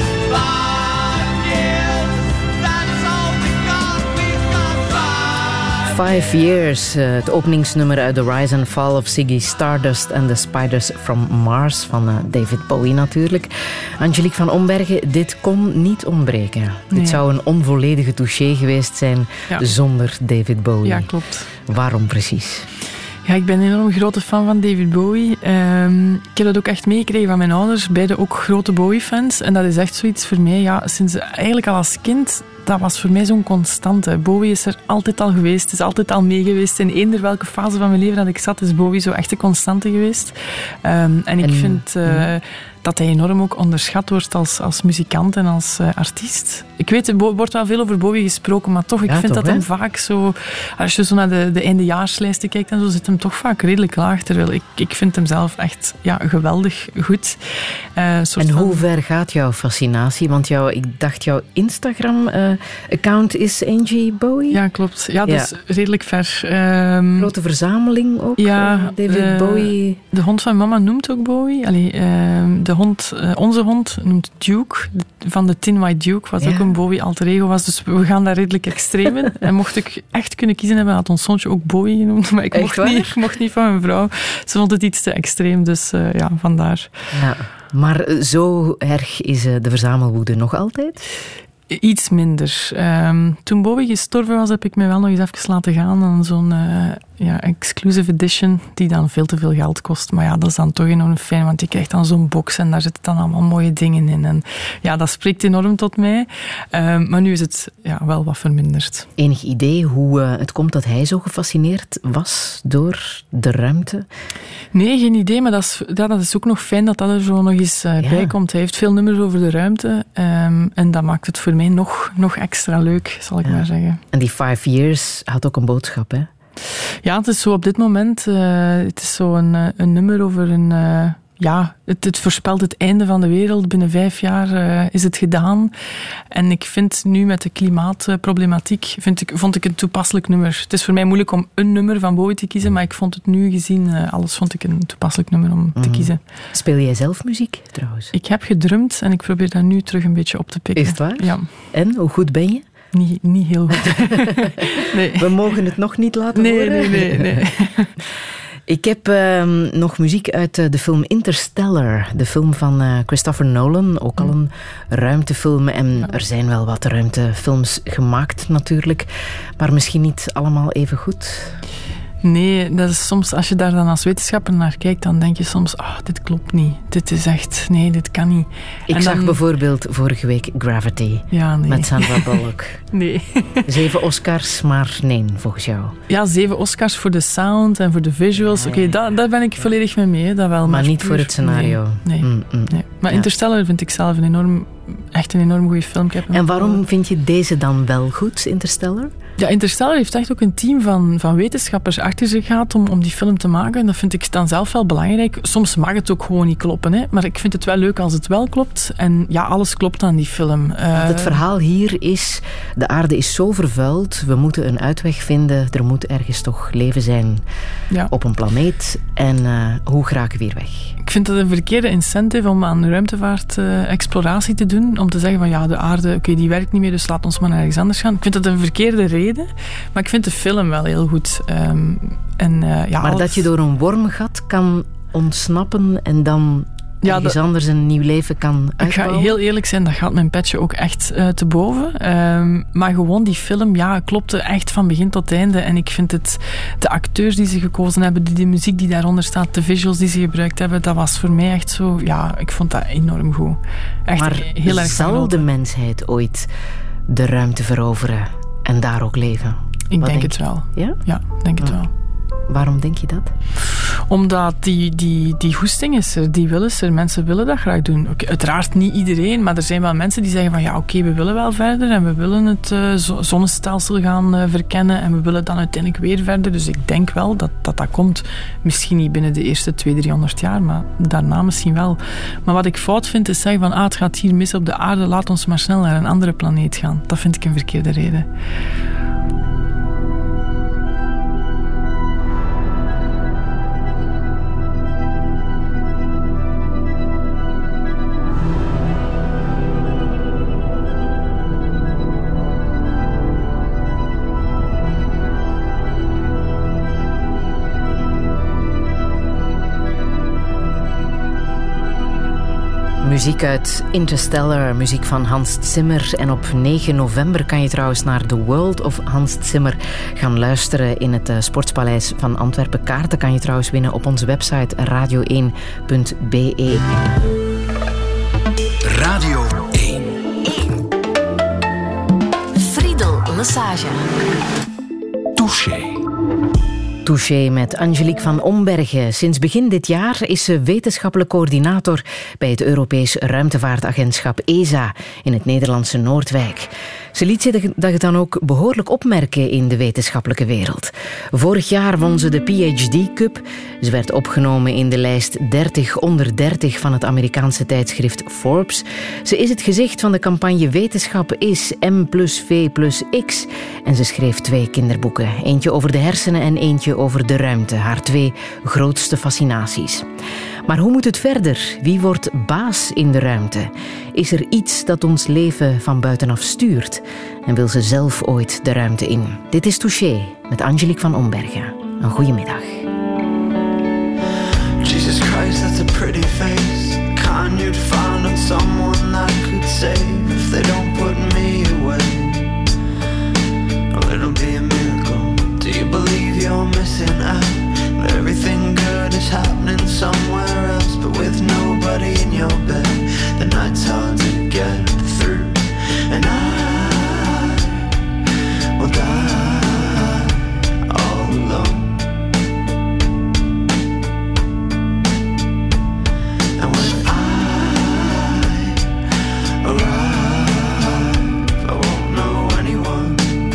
Five years, that's all we got. We've got five. Five Years, uh, het openingsnummer uit The Rise and Fall of Ziggy Stardust and the Spiders from Mars van uh, David Bowie natuurlijk. Angelique van Ombergen, dit kon niet ontbreken. Nee. Dit zou een onvolledige touché geweest zijn Ja. zonder David Bowie. Ja, klopt. Waarom precies? Ja, ik ben een enorm grote fan van David Bowie. Um, ik heb dat ook echt meegekregen van mijn ouders, beide ook grote Bowie-fans. En dat is echt zoiets voor mij, ja, sinds eigenlijk al als kind, dat was voor mij zo'n constante. Bowie is er altijd al geweest, is altijd al mee geweest. In eender welke fase van mijn leven dat ik zat, is Bowie zo echt een constante geweest. Um, en ik En- vind uh, dat hij enorm ook onderschat wordt als, als muzikant en als uh, artiest. Ik weet, er bo- wordt wel veel over Bowie gesproken, maar toch, ik Ja, vind toch, dat hè? hem vaak zo... Als je zo naar de, de eindejaarslijsten kijkt en zo, zit hem toch vaak redelijk laag. Terwijl ik, ik vind hem zelf echt ja, geweldig goed. Uh, een soort En van- hoe ver gaat jouw fascinatie? Want jouw, ik dacht jouw Instagram-account is Angie Bowie? Ja, klopt. Ja, dat Ja. is redelijk ver. Um, Grote verzameling ook? Ja, eh, David eh, Bowie. De hond van mama noemt ook Bowie. Allee, ehm, de hond, eh, onze hond noemt Duke, van de Tin White Duke, wat Ja. ook een Bowie alter ego was. Dus we gaan daar redelijk extreem in. En mocht ik echt kunnen kiezen hebben, had ons zoontje ook Bowie genoemd. Maar ik Echt mocht waar? niet, ik mocht niet van mijn vrouw. Ze vond het iets te extreem, dus eh, ja, vandaar. Ja. Maar zo erg is eh, de verzamelwoede nog altijd? Iets minder. Um, toen Bowie gestorven was, heb ik me wel nog eens even laten gaan aan zo'n uh, ja, exclusive edition, die dan veel te veel geld kost. Maar ja, dat is dan toch enorm fijn, want je krijgt dan zo'n box en daar zitten dan allemaal mooie dingen in. En ja, dat spreekt enorm tot mij. Um, maar nu is het ja, wel wat verminderd. Enig idee hoe uh, het komt dat hij zo gefascineerd was door de ruimte? Nee, geen idee, maar dat is, ja, dat is ook nog fijn dat dat er zo nog eens uh, ja. bij komt. Hij heeft veel nummers over de ruimte um, en dat maakt het voor mij nog, nog extra leuk, zal ik ja. maar zeggen. En die Five Years had ook een boodschap, hè? Ja, het is zo op dit moment, uh, het is zo een, een nummer over een... Uh, ja, het, het voorspelt het einde van de wereld. Binnen vijf jaar uh, is het gedaan. En ik vind nu met de klimaatproblematiek, vind ik, vond ik een toepasselijk nummer. Het is voor mij moeilijk om een nummer van Bowie te kiezen, maar ik vond het nu gezien, uh, alles vond ik een toepasselijk nummer om mm. te kiezen. Speel jij zelf muziek, trouwens? Ik heb gedrumd en ik probeer dat nu terug een beetje op te pikken. Is het waar? Ja. En, hoe goed ben je? Niet, niet heel goed. Nee. We mogen het nog niet laten nee, horen. Nee, nee, nee. Ik heb uh, nog muziek uit uh, de film Interstellar. De film van uh, Christopher Nolan. Ook al een ruimtefilm. En ja. er zijn wel wat ruimtefilms gemaakt natuurlijk. Maar misschien niet allemaal even goed. Nee, dat is soms, als je daar dan als wetenschapper naar kijkt, dan denk je soms, ah, oh, dit klopt niet. Dit is echt, nee, dit kan niet. Ik en zag dan... bijvoorbeeld vorige week Gravity. Ja, nee. Met Sandra Bullock. Nee. Zeven Oscars, maar nee, volgens jou. Ja, zeven Oscars voor de sound en voor de visuals. Ja, Oké, okay, daar, daar ben ik volledig mee mee, dat wel. Maar, maar niet puur... voor het scenario. Nee, nee. Mm-mm. nee. Maar ja. Interstellar vind ik zelf een enorm, echt een enorm goede film. Ik heb en waarom wel... vind je deze dan wel goed, Interstellar? Ja, Interstellar heeft echt ook een team van, van wetenschappers achter zich gehad om, om die film te maken. En dat vind ik dan zelf wel belangrijk. Soms mag het ook gewoon niet kloppen, hè? Maar ik vind het wel leuk als het wel klopt. En ja, alles klopt aan die film. Uh... Het verhaal hier is, de aarde is zo vervuild, we moeten een uitweg vinden. Er moet ergens toch leven zijn ja. op een planeet. En uh, hoe geraken we hier weg? Ik vind dat een verkeerde incentive om aan ruimtevaart-exploratie uh, te doen. Om te zeggen van ja, de aarde, oké, okay, die werkt niet meer, dus laat ons maar naar ergens anders gaan. Ik vind dat een verkeerde reden, maar ik vind de film wel heel goed. Um, en, uh, ja, maar alles... dat je door een wormgat kan ontsnappen en dan... Ja, ergens dat... anders een nieuw leven kan uitbouwen. Ik ga heel eerlijk zijn, dat gaat mijn petje ook echt uh, te boven. Um, maar gewoon die film, ja, klopte echt van begin tot einde. En ik vind het, de acteurs die ze gekozen hebben, die, de muziek die daaronder staat, de visuals die ze gebruikt hebben, dat was voor mij echt zo, ja, ik vond dat enorm goed. Echt maar heel erg zal genoten. De mensheid ooit de ruimte veroveren en daar ook leven? Ik Wat denk denk het wel. Ja? Ja, denk het ja. wel. Waarom denk je dat? Omdat die, die, die goesting is er, die wil is er. Mensen willen dat graag doen. Okay, uiteraard niet iedereen, maar er zijn wel mensen die zeggen van ja, oké, okay, we willen wel verder en we willen het uh, zonnestelsel gaan uh, verkennen en we willen dan uiteindelijk weer verder. Dus ik denk wel dat dat, dat komt. Misschien niet binnen de eerste tweehonderd, driehonderd jaar, maar daarna misschien wel. Maar wat ik fout vind is zeggen van ah, het gaat hier mis op de aarde, laat ons maar snel naar een andere planeet gaan. Dat vind ik een verkeerde reden. Muziek uit Interstellar, muziek van Hans Zimmer. En op negen november kan je trouwens naar The World of Hans Zimmer gaan luisteren in het uh, Sportspaleis van Antwerpen. Kaarten kan je trouwens winnen op onze website radio één punt b e. Radio één. Friedel Lesage. Touché. Touché met Angelique van Ombergen. Sinds begin dit jaar is ze wetenschappelijk coördinator bij het Europees Ruimtevaartagentschap E S A in het Nederlandse Noordwijk. Ze liet zich dat dan ook behoorlijk opmerken in de wetenschappelijke wereld. Vorig jaar won ze de P H D Cup. Ze werd opgenomen in de lijst dertig onder dertig van het Amerikaanse tijdschrift Forbes. Ze is het gezicht van de campagne Wetenschap is M plus V plus X. En ze schreef twee kinderboeken. Eentje over de hersenen en eentje over de ruimte. Haar twee grootste fascinaties. Maar hoe moet het verder? Wie wordt baas in de ruimte? Is er iets dat ons leven van buitenaf stuurt? En wil ze zelf ooit de ruimte in? Dit is Touché met Angelique van Ombergen. Een goede middag. Jesus Christ, that's a pretty face. sign you'd find on someone I could save if they don't put me away. Well, it'll be a miracle. Do you believe you're missing out? That everything good is happening somewhere else, but with nobody in your bed, the night's hard to get through. And I will die all alone. And when I arrive, I won't know anyone.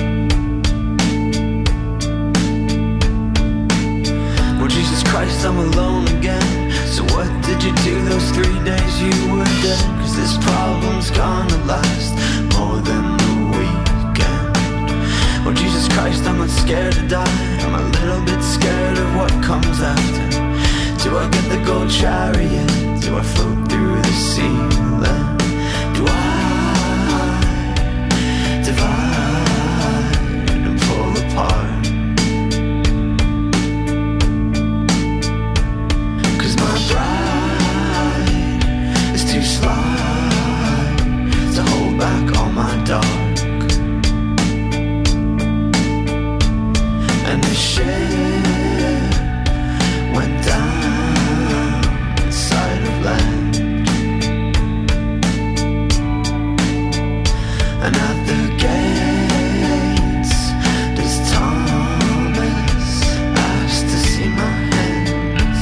Well, Jesus Christ, I'm alone again. So what did you do those three days you were dead? Cause this problem's gonna last more than the weekend. Well, Jesus Christ, I'm not scared to die. I'm a little bit scared of what comes after. Do I get the gold chariot? Do I float through the ceiling? Do I divide and pull apart? Cause my bride is too sly to hold back all my dark. And the ship went down inside of land. And at the gates does Thomas ask to see my hands.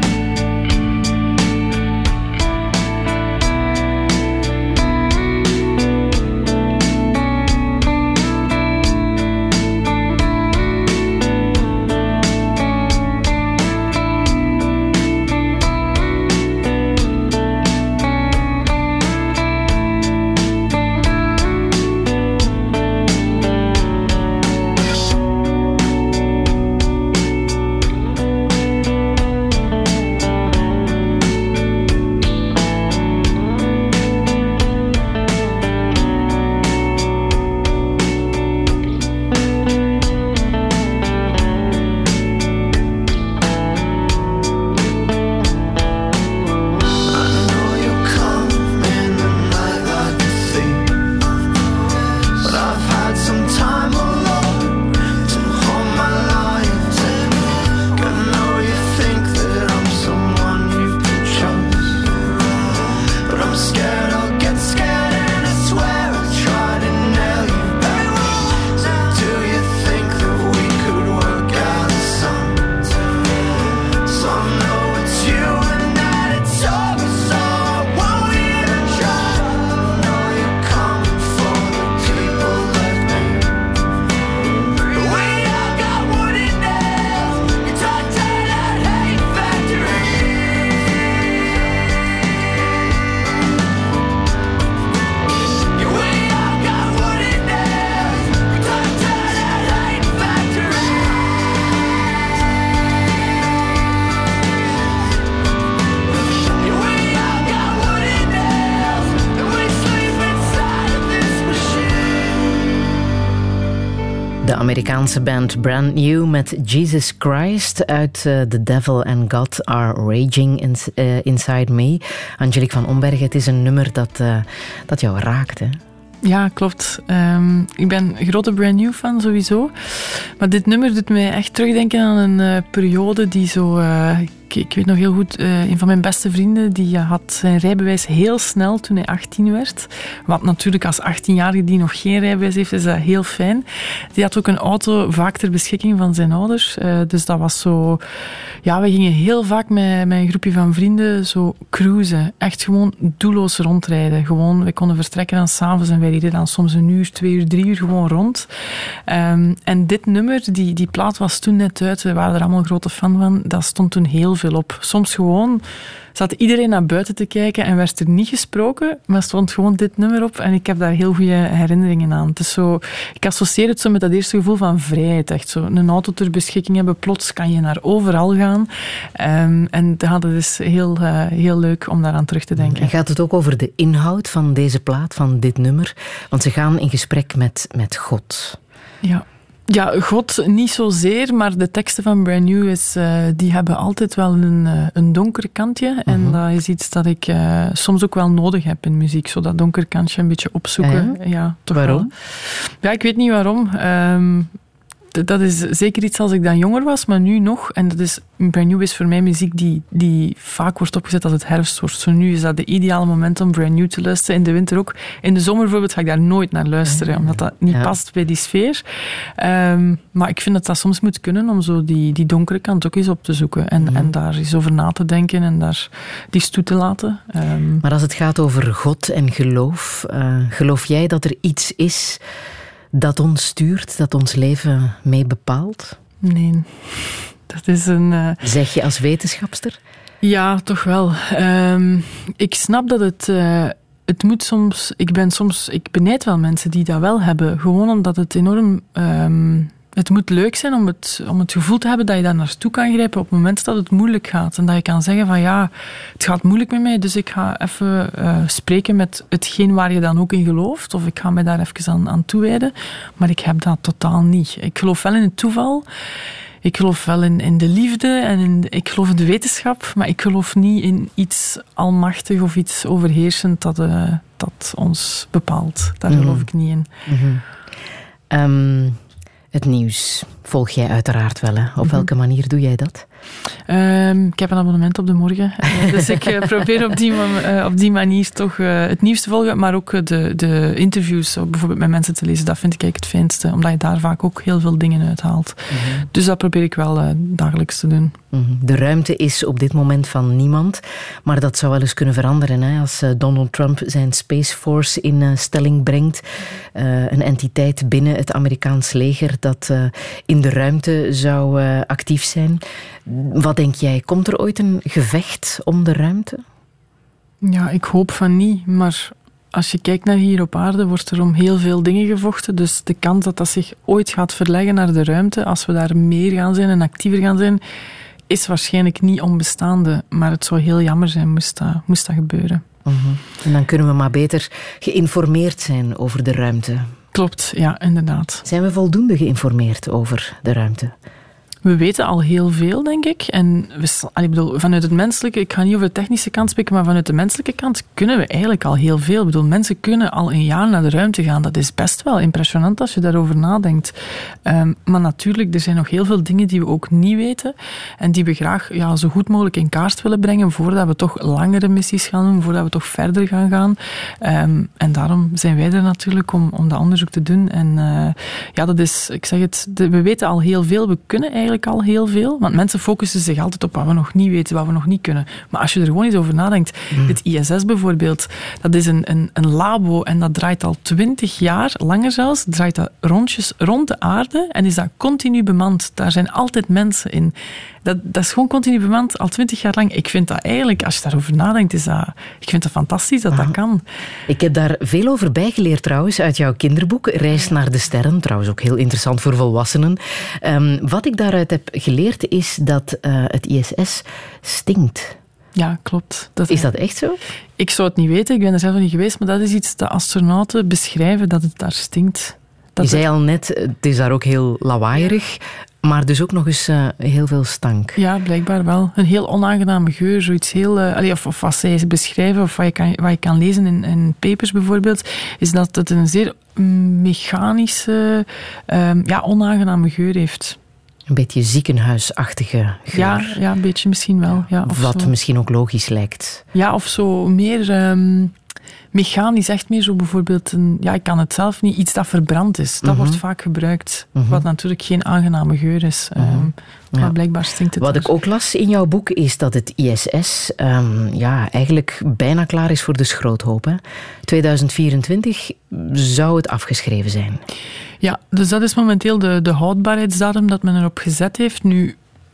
De Amerikaanse band Brand New met Jesus Christ uit uh, The Devil and God Are Raging in, uh, Inside Me. Angelique van Ombergen, het is een nummer dat, uh, dat jou raakt, hè? Ja, klopt. Um, ik ben een grote Brand New fan sowieso. Maar dit nummer doet mij echt terugdenken aan een uh, periode die zo... Uh, ik, ik weet nog heel goed, uh, een van mijn beste vrienden die uh, had zijn rijbewijs heel snel toen hij achttien werd. Wat natuurlijk als achttienjarige die nog geen rijbewijs heeft, is dat heel fijn. Die had ook een auto vaak ter beschikking van zijn ouders. Uh, dus dat was zo... Ja, we gingen heel vaak met, met een groepje van vrienden zo cruisen. Echt gewoon doelloos rondrijden. Gewoon, we konden vertrekken dan s'avonds en wij reden dan soms een uur, twee uur, drie uur gewoon rond. Um, en dit nummer, die, die plaat was toen net uit. We waren er allemaal grote fan van. Dat stond toen heel veel op. Soms gewoon zat iedereen naar buiten te kijken en werd er niet gesproken, maar stond gewoon dit nummer op en ik heb daar heel goede herinneringen aan. Het is zo, ik associeer het zo met dat eerste gevoel van vrijheid. Echt zo een auto ter beschikking hebben, plots kan je naar overal gaan. Um, en ja, dat is heel, uh, heel leuk om daaraan terug te denken. En gaat het ook over de inhoud van deze plaat, van dit nummer? Want ze gaan in gesprek met, met God. Ja. Ja, God niet zozeer, maar de teksten van Brand New is, uh, die hebben altijd wel een, uh, een donker kantje. En uh-huh. dat is iets dat ik uh, soms ook wel nodig heb in muziek. Zo dat donker kantje een beetje opzoeken. Ja, ja toch waarom? Wel. Ja, ik weet niet waarom. Um, Dat is zeker iets als ik dan jonger was, maar nu nog. En dat is, Brand New is voor mij muziek die, die vaak wordt opgezet als het herfst wordt. Zo nu is dat de ideale moment om Brand New te luisteren. In de winter ook. In de zomer bijvoorbeeld ga ik daar nooit naar luisteren, omdat dat niet ja. past bij die sfeer. Um, maar ik vind dat dat soms moet kunnen om zo die, die donkere kant ook eens op te zoeken. En, mm. en daar eens over na te denken en daar die toe te laten. Um, maar als het gaat over God en geloof, uh, geloof jij dat er iets is dat ons stuurt, dat ons leven mee bepaalt? Nee, dat is een... Uh... Zeg je als wetenschapster? Ja, toch wel. Um, ik snap dat het... Uh, het moet soms... Ik ben soms... Ik benijd wel mensen die dat wel hebben. Gewoon omdat het enorm... Um, het moet leuk zijn om het, om het gevoel te hebben dat je daar naartoe kan grijpen op het moment dat het moeilijk gaat. En dat je kan zeggen van ja, het gaat moeilijk met mij, dus ik ga even uh, spreken met hetgeen waar je dan ook in gelooft. Of ik ga mij daar even aan, aan toewijden. Maar ik heb dat totaal niet. Ik geloof wel in het toeval. Ik geloof wel in, in de liefde en in, ik geloof in de wetenschap. Maar ik geloof niet in iets almachtig of iets overheersend dat, uh, dat ons bepaalt. Daar mm-hmm. geloof ik niet in. Mm-hmm. Um... Het nieuws volg jij uiteraard wel. Hè? Op mm-hmm. welke manier doe jij dat? Um, ik heb een abonnement op De Morgen. Dus ik uh, probeer op die, uh, op die manier toch uh, het nieuws te volgen. Maar ook de, de interviews bijvoorbeeld met mensen te lezen. Dat vind ik eigenlijk het fijnste. Omdat je daar vaak ook heel veel dingen uithaalt. Mm-hmm. Dus dat probeer ik wel uh, dagelijks te doen. Mm-hmm. De ruimte is op dit moment van niemand. Maar dat zou wel eens kunnen veranderen. Hè? Als uh, Donald Trump zijn Space Force in uh, stelling brengt. Uh, een entiteit binnen het Amerikaans leger dat uh, in de ruimte zou uh, actief zijn. Wat denk jij? Komt er ooit een gevecht om de ruimte? Ja, ik hoop van niet. Maar als je kijkt naar hier op aarde, wordt er om heel veel dingen gevochten. Dus de kans dat dat zich ooit gaat verleggen naar de ruimte, als we daar meer gaan zijn en actiever gaan zijn, is waarschijnlijk niet onbestaande. Maar het zou heel jammer zijn moest dat, moest dat gebeuren. Mm-hmm. En dan kunnen we maar beter geïnformeerd zijn over de ruimte. Klopt, ja, inderdaad. Zijn we voldoende geïnformeerd over de ruimte? We weten al heel veel, denk ik. En we, ik bedoel, vanuit het menselijke, ik ga niet over de technische kant spreken, maar vanuit de menselijke kant kunnen we eigenlijk al heel veel. Ik bedoel, mensen kunnen al een jaar naar de ruimte gaan. Dat is best wel impressionant als je daarover nadenkt. Um, maar natuurlijk, er zijn nog heel veel dingen die we ook niet weten en die we graag ja, zo goed mogelijk in kaart willen brengen voordat we toch langere missies gaan doen, voordat we toch verder gaan gaan. Um, en daarom zijn wij er natuurlijk om, om dat onderzoek te doen. En uh, ja, dat is, ik zeg het, de, we weten al heel veel. We kunnen eigenlijk al heel veel, want mensen focussen zich altijd op wat we nog niet weten, wat we nog niet kunnen. Maar als je er gewoon eens over nadenkt, mm. het I S S bijvoorbeeld, dat is een, een, een labo en dat draait al twintig jaar, langer zelfs, draait dat rondjes rond de aarde en is dat continu bemand. Daar zijn altijd mensen in. Dat, dat is gewoon continu bemand, al twintig jaar lang. Ik vind dat eigenlijk, als je daarover nadenkt, is dat, ik vind het fantastisch dat ah. dat kan. Ik heb daar veel over bijgeleerd trouwens, uit jouw kinderboek, Reis naar de Sterren. Trouwens ook heel interessant voor volwassenen. Um, wat ik daaruit heb geleerd is dat uh, het I S S stinkt. Ja, klopt. Dat is dat echt zo? Ik zou het niet weten, ik ben er zelf niet geweest, maar dat is iets dat astronauten beschrijven, dat het daar stinkt. Dat Je zei al net, het is daar ook heel lawaaierig. Maar dus ook nog eens uh, heel veel stank. Ja, blijkbaar wel. Een heel onaangename geur. Zoiets heel, uh, allee, of, of wat zij beschrijven, of wat je kan, wat je kan lezen in, in papers bijvoorbeeld, is dat het een zeer mechanische, um, ja, onaangename geur heeft. Een beetje ziekenhuisachtige geur. Ja, ja een beetje misschien wel. Ja, of wat zo. Misschien ook logisch lijkt. Ja, of zo meer... Um, mechanisch, echt meer zo bijvoorbeeld, een, ja, ik kan het zelf niet, iets dat verbrand is. Dat mm-hmm. wordt vaak gebruikt, mm-hmm. wat natuurlijk geen aangename geur is. Mm-hmm. Um, maar ja. blijkbaar stinkt het. Wat er. ik ook las in jouw boek is dat het I S S um, ja, eigenlijk bijna klaar is voor de schroothoop. Hè? tweeduizend vierentwintig zou het afgeschreven zijn. Ja, dus dat is momenteel de, de houdbaarheidsdatum dat men erop gezet heeft. Nu,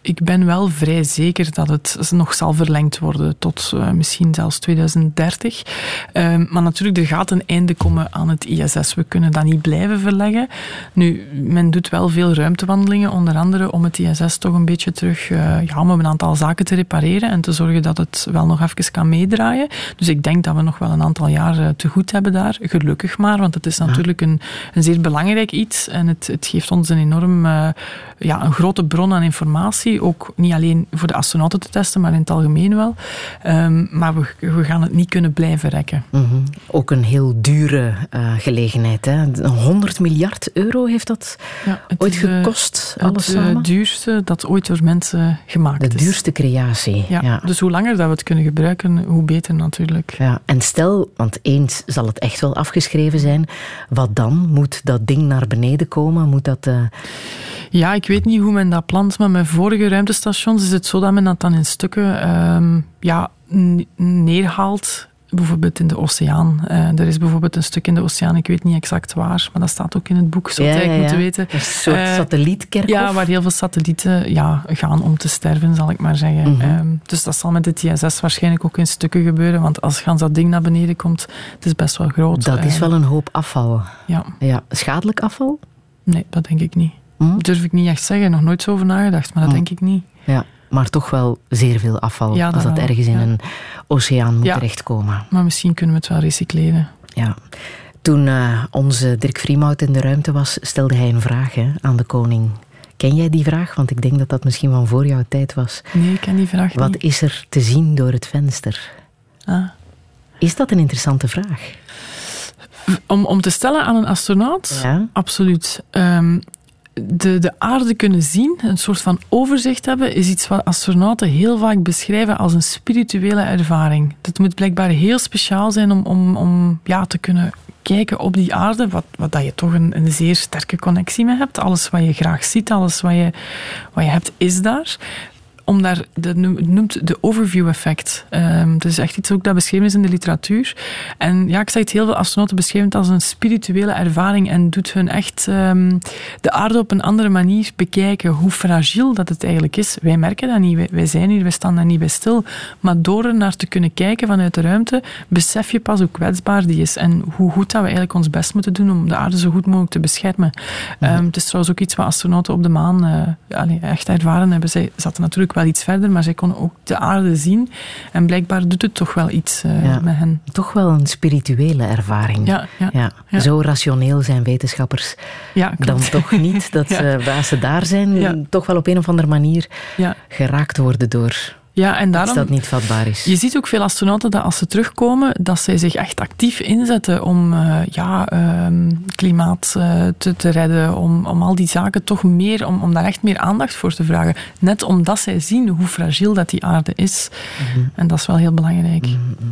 ik ben wel vrij zeker dat het nog zal verlengd worden tot uh, misschien zelfs tweeduizend dertig. Um, maar natuurlijk, er gaat een einde komen aan het I S S. We kunnen dat niet blijven verleggen. Nu, men doet wel veel ruimtewandelingen, onder andere om het I S S toch een beetje terug, uh, ja, om een aantal zaken te repareren en te zorgen dat het wel nog even kan meedraaien. Dus ik denk dat we nog wel een aantal jaar uh, te goed hebben daar. Gelukkig maar, want het is natuurlijk een, een zeer belangrijk iets en het, het geeft ons een enorm, uh, ja, een grote bron aan informatie. Ook niet alleen voor de astronauten te testen, maar in het algemeen wel. Um, maar we, we gaan het niet kunnen blijven rekken. Mm-hmm. Ook een heel dure uh, gelegenheid. Hè? honderd miljard euro heeft dat ja, ooit is, gekost, uh, alles het, samen? Het duurste dat ooit door mensen gemaakt de is. De duurste creatie. Ja, ja. Dus hoe langer dat we het kunnen gebruiken, hoe beter natuurlijk. Ja, en stel, want eens zal het echt wel afgeschreven zijn, wat dan? Moet dat ding naar beneden komen? Moet dat... Uh... Ja, ik weet niet hoe men dat plant, maar met vorige ruimtestations is het zo dat men dat dan in stukken um, ja, neerhaalt. Bijvoorbeeld in de oceaan. Uh, er is bijvoorbeeld een stuk in de oceaan, ik weet niet exact waar, maar dat staat ook in het boek, zou ja, je eigenlijk ja, ja. moeten weten. Een soort uh, satellietkerkhof? Ja, waar heel veel satellieten ja, gaan om te sterven, zal ik maar zeggen. Mm-hmm. Um, dus dat zal met het I S S waarschijnlijk ook in stukken gebeuren, want als gans dat ding naar beneden komt, het is best wel groot. Dat is wel een hoop afval. Ja. ja. Schadelijk afval? Nee, dat denk ik niet. Mm? Dat durf ik niet echt zeggen, nog nooit zo over nagedacht, maar dat mm. denk ik niet. Ja. Maar toch wel zeer veel afval ja, als dat wel. ergens in ja. een oceaan moet ja. terechtkomen. Maar misschien kunnen we het wel recycleren. Ja. Toen uh, onze Dirk Vriemhout in de ruimte was, stelde hij een vraag hè, aan de koning. Ken jij die vraag? Want ik denk dat dat misschien van voor jouw tijd was. Nee, ik ken die vraag Wat niet. is er te zien door het venster? Ah. Is dat een interessante vraag? Om, om te stellen aan een astronaut? Ja. Absoluut. Um, De, de aarde kunnen zien, een soort van overzicht hebben, is iets wat astronauten heel vaak beschrijven als een spirituele ervaring. Het moet blijkbaar heel speciaal zijn om, om, om ja, te kunnen kijken op die aarde, wat, wat dat je toch een, een zeer sterke connectie mee hebt. Alles wat je graag ziet, alles wat je, wat je hebt, is daar. Om daar, dat noemt de overview-effect. Um, dat is echt iets ook dat beschreven is in de literatuur. En ja, ik zeg het, heel veel astronauten beschrijven het als een spirituele ervaring en doet hun echt um, de aarde op een andere manier bekijken, hoe fragiel dat het eigenlijk is. Wij merken dat niet, wij, wij zijn hier, wij staan daar niet bij stil. Maar door er naar te kunnen kijken vanuit de ruimte, besef je pas hoe kwetsbaar die is en hoe goed dat we eigenlijk ons best moeten doen om de aarde zo goed mogelijk te beschermen. Ja. Um, het is trouwens ook iets wat astronauten op de maan uh, allee, echt ervaren hebben. Zij zaten natuurlijk wel iets verder, maar zij konden ook de aarde zien. En blijkbaar doet het toch wel iets uh, ja, met hen. Toch wel een spirituele ervaring. Ja, ja, ja. ja. Zo rationeel zijn wetenschappers ja, dan toch niet. Dat ja. uh, als ze daar zijn, ja. toch wel op een of andere manier ja. geraakt worden door... Ja, en daarom, dat dat niet vatbaar is. Je ziet ook veel astronauten dat als ze terugkomen, dat zij zich echt actief inzetten om uh, ja, um, klimaat uh, te, te redden, om, om al die zaken toch meer, om, om daar echt meer aandacht voor te vragen. Net omdat zij zien hoe fragiel dat die aarde is. Mm-hmm. En dat is wel heel belangrijk. Mm-hmm.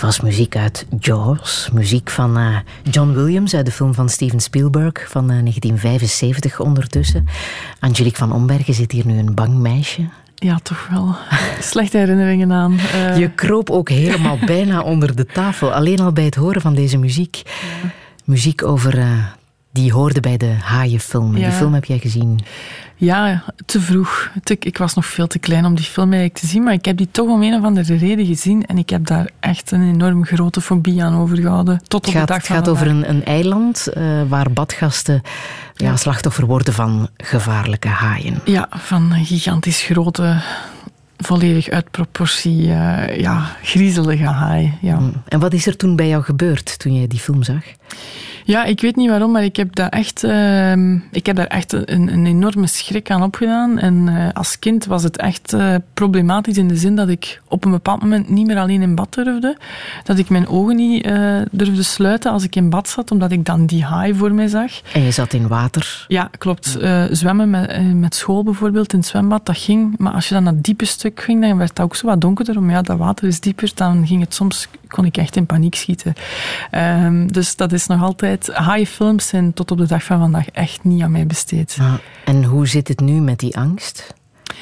was muziek uit Jaws, muziek van uh, John Williams uit de film van Steven Spielberg van uh, negentien vijfenzeventig ondertussen. Angelique van Ombergen zit hier nu een bang meisje. Ja, toch wel. Slechte herinneringen aan. Uh... Je kroop ook helemaal bijna onder de tafel, alleen al bij het horen van deze muziek. Ja. Muziek over... Uh, die hoorde bij de Haaienfilm. Ja. Die film heb jij gezien? Ja, te vroeg. Ik was nog veel te klein om die film eigenlijk te zien, maar ik heb die toch om een of andere reden gezien en ik heb daar echt een enorm grote fobie aan overgehouden. Tot op het gaat, de dag van Het gaat vandaag. over een, een eiland uh, waar badgasten ja, ja. slachtoffer worden van gevaarlijke haaien. Ja, van gigantisch grote... volledig uit proportie, uh, ja, griezelige haai. Ja. En wat is er toen bij jou gebeurd, toen je die film zag? Ja, ik weet niet waarom, maar ik heb, dat echt, uh, ik heb daar echt een, een enorme schrik aan opgedaan. En uh, als kind was het echt uh, problematisch in de zin dat ik op een bepaald moment niet meer alleen in bad durfde. Dat ik mijn ogen niet uh, durfde sluiten als ik in bad zat, omdat ik dan die haai voor mij zag. En je zat in water? Ja, klopt. Uh, zwemmen met, uh, met school bijvoorbeeld in het zwembad, dat ging. Maar als je dan naar het diepe stuk ging, dan werd het ook zo wat donkerder. Omdat ja, dat water is dieper, dan ging het soms, kon ik echt in paniek schieten. Um, dus dat is nog altijd... Haaienfilms zijn tot op de dag van vandaag echt niet aan mij besteed. Ah, en hoe zit het nu met die angst?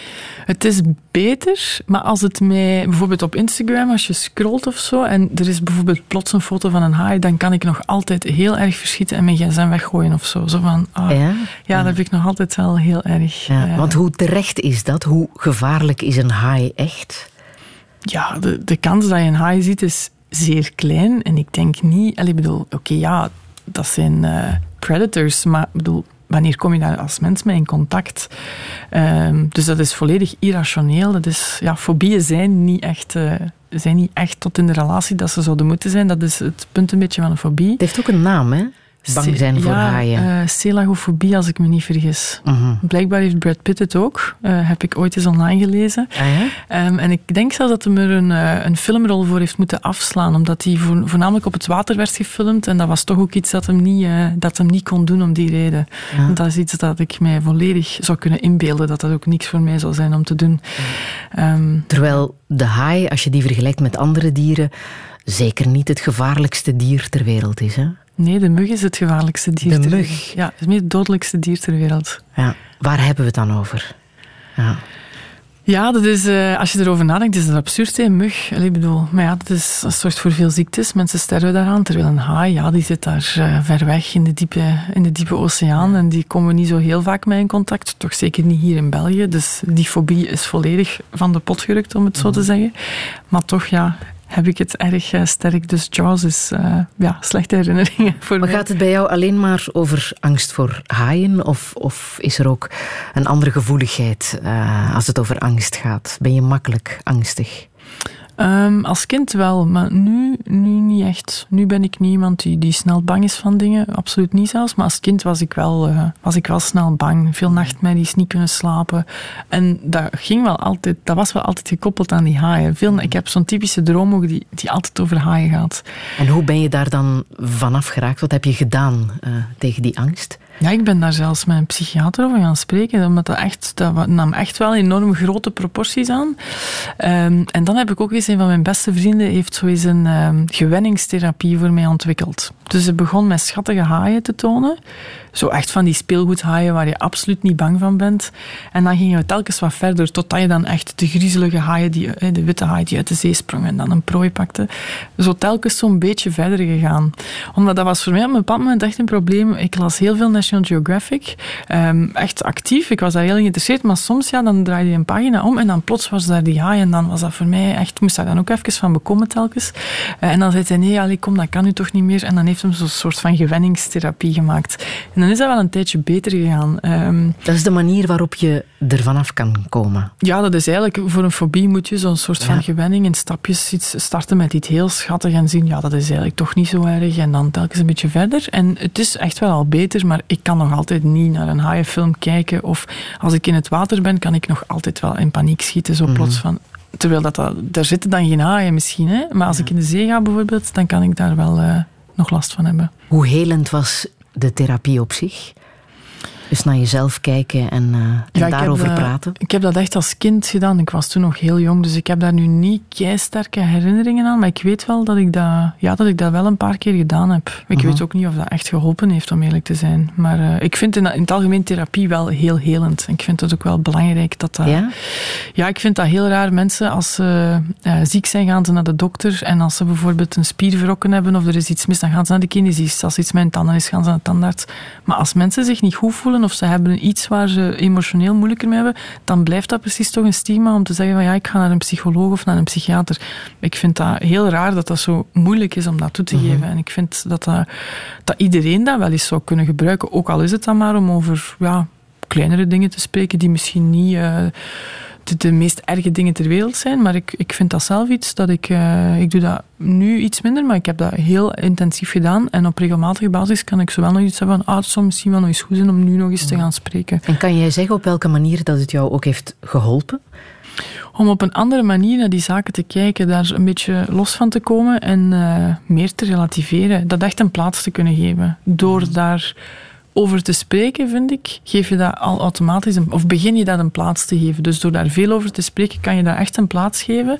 Het is beter, maar als het mij... Bijvoorbeeld op Instagram, als je scrolt of zo, en er is bijvoorbeeld plots een foto van een haai, dan kan ik nog altijd heel erg verschieten en mijn gsm weggooien of zo. Zo van, ah, ja? ja, dat heb ik nog altijd wel heel erg. Ja, uh, want hoe terecht is dat? Hoe gevaarlijk is een haai echt? Ja, de, de kans dat je een haai ziet is zeer klein. En ik denk niet... Ik bedoel, oké, okay, ja... Dat zijn uh, predators, maar bedoel, wanneer kom je daar als mens mee in contact? Um, dus dat is volledig irrationeel. Dat is, ja, fobieën zijn niet echt... Uh, zijn niet echt tot in de relatie dat ze zouden moeten zijn. Dat is het punt een beetje van een fobie. Het heeft ook een naam, hè? Bang zijn voor ja, haaien. Uh, celagofobie, als ik me niet vergis. Uh-huh. Blijkbaar heeft Brad Pitt het ook. Uh, heb ik ooit eens online gelezen. Ah, ja? um, en ik denk zelfs dat hij er een, uh, een filmrol voor heeft moeten afslaan. Omdat hij vo- voornamelijk op het water werd gefilmd. En dat was toch ook iets dat hem niet, uh, dat hem niet kon doen om die reden. Ja. Dat is iets dat ik mij volledig zou kunnen inbeelden. Dat dat ook niks voor mij zou zijn om te doen. Ja. Um, Terwijl de haai, als je die vergelijkt met andere dieren, zeker niet het gevaarlijkste dier ter wereld is, hè? Nee, de mug is het gevaarlijkste dier de ter wereld. mug? Ja, het is het dodelijkste dier ter wereld. Ja. Waar hebben we het dan over? Ja, ja dat is, uh, als je erover nadenkt, is dat absurd, hè, een mug. Allee, bedoel, maar ja, dat, is, dat zorgt voor veel ziektes. Mensen sterven daaraan. Terwijl een haai, ja, die zit daar uh, ver weg in de diepe, in de diepe oceaan. En die komen niet zo heel vaak mee in contact. Toch zeker niet hier in België. Dus die fobie is volledig van de pot gerukt, om het zo te zeggen. Maar toch, ja... heb ik het erg uh, sterk. Dus Jaws is uh, ja, slechte herinneringen voor maar mij. Gaat het bij jou alleen maar over angst voor haaien? Of, of is er ook een andere gevoeligheid uh, als het over angst gaat? Ben je makkelijk angstig? Um, als kind wel, maar nu, nu niet echt. Nu ben ik niet iemand die, die snel bang is van dingen. Absoluut niet zelfs. Maar als kind was ik wel, uh, was ik wel snel bang. Veel nachtmerries, niet kunnen slapen. En dat ging wel altijd, dat was wel altijd gekoppeld aan die haaien. Veel, ik heb zo'n typische droom ook die, die altijd over haaien gaat. En hoe ben je daar dan vanaf geraakt? Wat heb je gedaan uh, tegen die angst? Ja, ik ben daar zelfs met een psychiater over gaan spreken, omdat dat echt, dat nam echt wel enorm grote proporties aan. Um, en dan heb ik ook eens, een van mijn beste vrienden heeft zo eens een um, gewenningstherapie voor mij ontwikkeld. Dus ze begon met schattige haaien te tonen. Zo echt van die speelgoedhaaien waar je absoluut niet bang van bent. En dan gingen we telkens wat verder, totdat je dan echt de griezelige haaien, die, de witte haai die uit de zee sprong en dan een prooi pakte. Zo telkens zo'n beetje verder gegaan. Omdat dat was voor mij op een bepaald moment echt een probleem. Ik las heel veel National Geographic. Um, echt actief. Ik was daar heel geïnteresseerd. Maar soms, ja, dan draaide je een pagina om en dan plots was daar die haai. En dan was dat voor mij echt, moest daar dan ook even van bekomen telkens. Uh, en dan zei hij, nee, allee, kom, dat kan nu toch niet meer. En dan heeft hem zo'n soort van gewenningstherapie gemaakt. En dan is dat wel een tijdje beter gegaan. Um, dat is de manier waarop je er vanaf kan komen. Ja, dat is eigenlijk, voor een fobie moet je zo'n soort van ja. gewenning in stapjes iets starten met iets heel schattig en zien, ja, dat is eigenlijk toch niet zo erg. En dan telkens een beetje verder. En het is echt wel al beter, maar ik kan nog altijd niet naar een haaienfilm kijken. Of als ik in het water ben, kan ik nog altijd wel in paniek schieten. Zo plots van... Terwijl dat, dat, daar zitten dan geen haaien misschien, hè? Maar als ja. ik in de zee ga bijvoorbeeld, dan kan ik daar wel uh, nog last van hebben. Hoe helend was de therapie op zich? Dus naar jezelf kijken en, uh, en ja, daarover ik dat, praten? Ik heb dat echt als kind gedaan. Ik was toen nog heel jong, dus ik heb daar nu niet keisterke herinneringen aan. Maar ik weet wel dat ik dat, ja, dat ik dat wel een paar keer gedaan heb. Ik uh-huh. weet ook niet of dat echt geholpen heeft, om eerlijk te zijn. Maar uh, ik vind in, in het algemeen therapie wel heel helend. En ik vind het ook wel belangrijk dat dat... Ja? Ja, ik vind dat heel raar. Mensen, als ze uh, ziek zijn, gaan ze naar de dokter. En als ze bijvoorbeeld een spier verrokken hebben of er is iets mis, dan gaan ze naar de kinesist. Als iets met hun tanden is, gaan ze naar de tandarts. Maar als mensen zich niet goed voelen of ze hebben iets waar ze emotioneel moeilijker mee hebben, dan blijft dat precies toch een stigma om te zeggen van ja, ik ga naar een psycholoog of naar een psychiater. Ik vind dat heel raar dat dat zo moeilijk is om dat toe te mm-hmm. geven. En ik vind dat, dat, dat iedereen dat wel eens zou kunnen gebruiken. Ook al is het dan maar om over ja, kleinere dingen te spreken die misschien niet... Uh, De, de meest erge dingen ter wereld zijn, maar ik, ik vind dat zelf iets dat ik... Uh, ik doe dat nu iets minder, maar ik heb dat heel intensief gedaan en op regelmatige basis kan ik zowel nog iets hebben van ah, het zou misschien wel nog eens goed zijn om nu nog eens te gaan spreken. En kan jij zeggen op welke manier dat het jou ook heeft geholpen? Om op een andere manier naar die zaken te kijken, daar een beetje los van te komen en uh, meer te relativeren. Dat echt een plaats te kunnen geven. Door daar... over te spreken, vind ik, geef je dat al automatisch, een, of begin je dat een plaats te geven. Dus door daar veel over te spreken, kan je dat echt een plaats geven.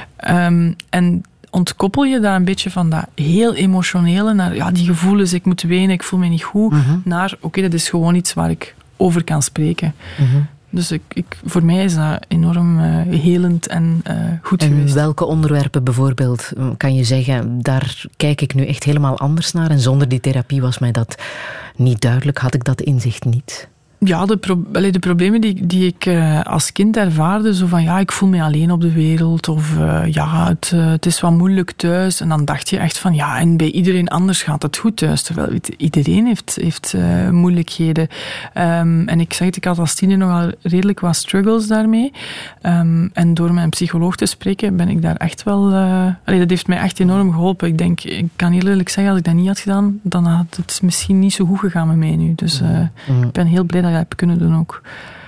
Um, en ontkoppel je daar een beetje van dat heel emotionele, naar ja, die gevoelens, ik moet wenen, ik voel me niet goed, uh-huh. naar, oké, okay, dat is gewoon iets waar ik over kan spreken. Uh-huh. Dus ik, ik, voor mij is dat enorm uh, helend en uh, goed en geweest. En welke onderwerpen bijvoorbeeld kan je zeggen, daar kijk ik nu echt helemaal anders naar en zonder die therapie was mij dat niet duidelijk, had ik dat inzicht niet? Ja, de, pro- allee, de problemen die, die ik uh, als kind ervaarde, zo van ja, ik voel me alleen op de wereld, of uh, ja, het, uh, het is wat moeilijk thuis. En dan dacht je echt van ja, en bij iedereen anders gaat het goed thuis. Terwijl iedereen heeft, heeft uh, moeilijkheden. Um, en ik zeg het, ik had als tiener nogal redelijk wat struggles daarmee. Um, en door met een psycholoog te spreken, ben ik daar echt wel... Uh, allee, dat heeft mij echt enorm geholpen. Ik denk, ik kan heel eerlijk zeggen, als ik dat niet had gedaan, dan had het misschien niet zo goed gegaan met mij nu. Dus uh, mm. ik ben heel blij dat ik dat heb kunnen doen ook.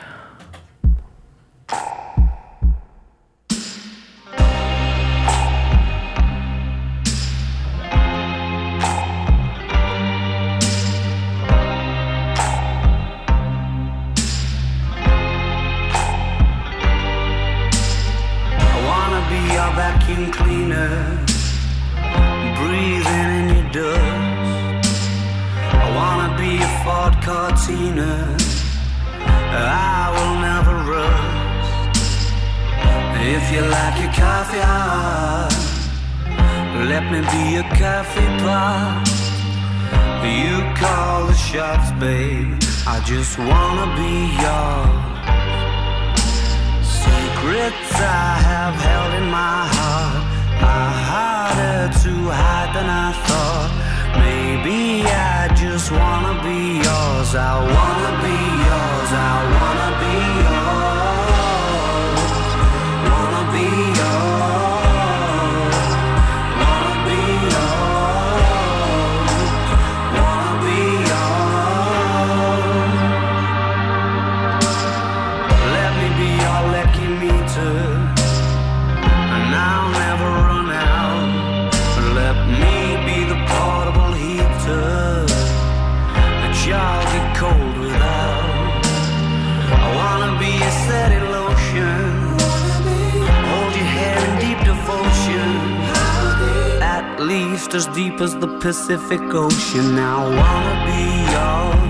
Vacuum cleaner, breathing in your dust. I wanna be a Ford Cortina, I will never rust. If you like your coffee hot, let me be a coffee pot. You call the shots, babe, I just wanna be yours. Secrets I have held in my heart are harder to hide than I thought. Maybe I just wanna be yours. I wanna be yours. I wanna be yours. Wanna be yours. Wanna be yours. Wanna be yours. Let me be your lucky meter, and I'll never run out. Let me be the portable heater that y'all get cold without. I wanna be a steady lotion, hold your hand in deep devotion, at least as deep as the Pacific Ocean. I wanna be yours.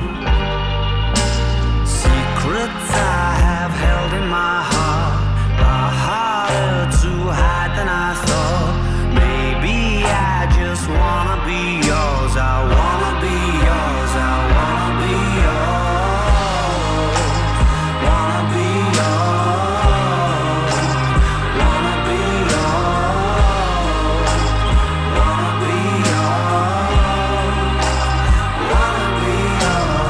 Secrets I have held in my heart are harder to hide than I thought. Maybe I just wanna be yours. I wanna be yours. I wanna be yours. Wanna be yours. Wanna be yours. Wanna be yours. Wanna be yours.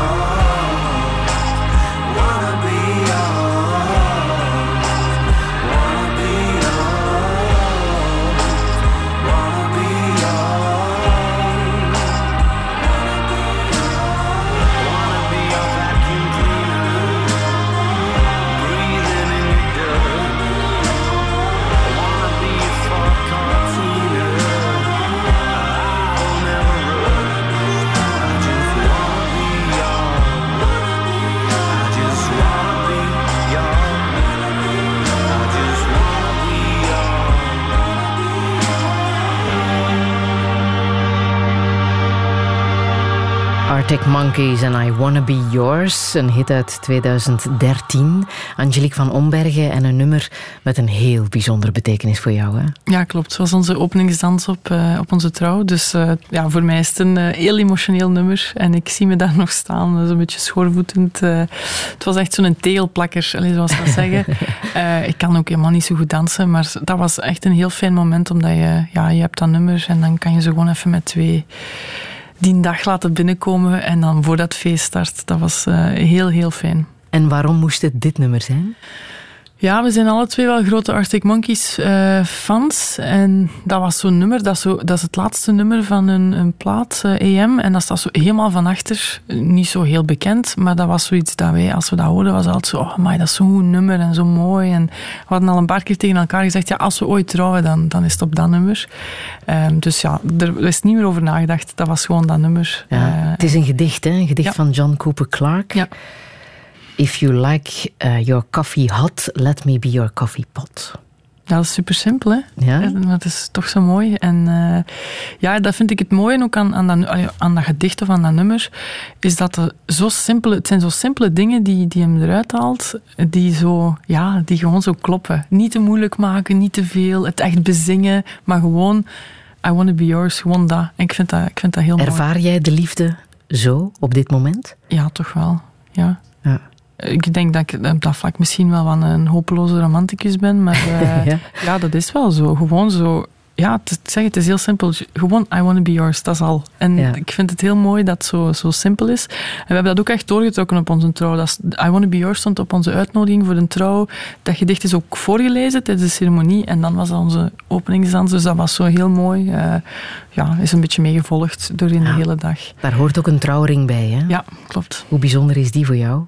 Arctic Monkeys en I Wanna Be Yours, een hit uit tweeduizend dertien. Angelique van Ombergen en een nummer met een heel bijzondere betekenis voor jou, hè? Ja, klopt. Het was onze openingsdans op, uh, op onze trouw. Dus uh, ja, voor mij is het een uh, heel emotioneel nummer. En ik zie me daar nog staan, dat is een beetje schoorvoetend. Uh, het was echt zo'n tegelplakker, allez, zoals dat zeggen. Uh, ik kan ook helemaal niet zo goed dansen, maar dat was echt een heel fijn moment, omdat je, ja, je hebt dat nummer en dan kan je ze gewoon even met twee die dag laten binnenkomen en dan voor dat feest start. Dat was uh, heel, heel fijn. En waarom moest het dit nummer zijn? Ja, we zijn alle twee wel grote Arctic Monkeys uh, fans. En dat was zo'n nummer, dat is, zo, dat is het laatste nummer van een, een plaat, uh, E M. En dat staat zo helemaal van achter. Niet zo heel bekend, maar dat was zoiets dat wij, als we dat hoorden, was altijd zo, oh amai, dat is zo'n goed nummer en zo mooi. En we hadden al een paar keer tegen elkaar gezegd, ja, als we ooit trouwen, dan, dan is het op dat nummer. Um, dus ja, er is niet meer over nagedacht. Dat was gewoon dat nummer. Ja, uh, het is een gedicht, hè? Een gedicht ja. van John Cooper Clarke. Ja. If you like uh, your coffee hot, let me be your coffee pot. Ja, dat is super simpel, hè? Ja? Maar het is toch zo mooi. En uh, ja, dat vind ik het mooie ook aan, aan, dat, aan dat gedicht of aan dat nummer, is dat het zo simpele, het zijn zo simpele dingen die, die hem eruit haalt, die, zo, ja, die gewoon zo kloppen. Niet te moeilijk maken, niet te veel, het echt bezingen, maar gewoon I wanna be yours, gewoon dat. En ik vind dat, ik vind dat heel mooi. Ervaar jij de liefde zo op dit moment? Ja, toch wel. Ja. Ja. Ik denk dat ik op dat vlak misschien wel van een hopeloze romanticus ben, maar uh, ja. ja, dat is wel zo. Gewoon zo, ja, te zeggen, het is heel simpel. Gewoon, I wanna be yours, dat is al. En ja. ik vind het heel mooi dat het zo, zo simpel is. En we hebben dat ook echt doorgetrokken op onze trouw. Dat is, I wanna be yours stond op onze uitnodiging voor de trouw. Dat gedicht is ook voorgelezen tijdens de ceremonie en dan was dat onze openingsdans. Dus dat was zo heel mooi. Uh, ja, is een beetje meegevolgd doorheen ja. de hele dag. Daar hoort ook een trouwring bij, hè? Ja, klopt. Hoe bijzonder is die voor jou?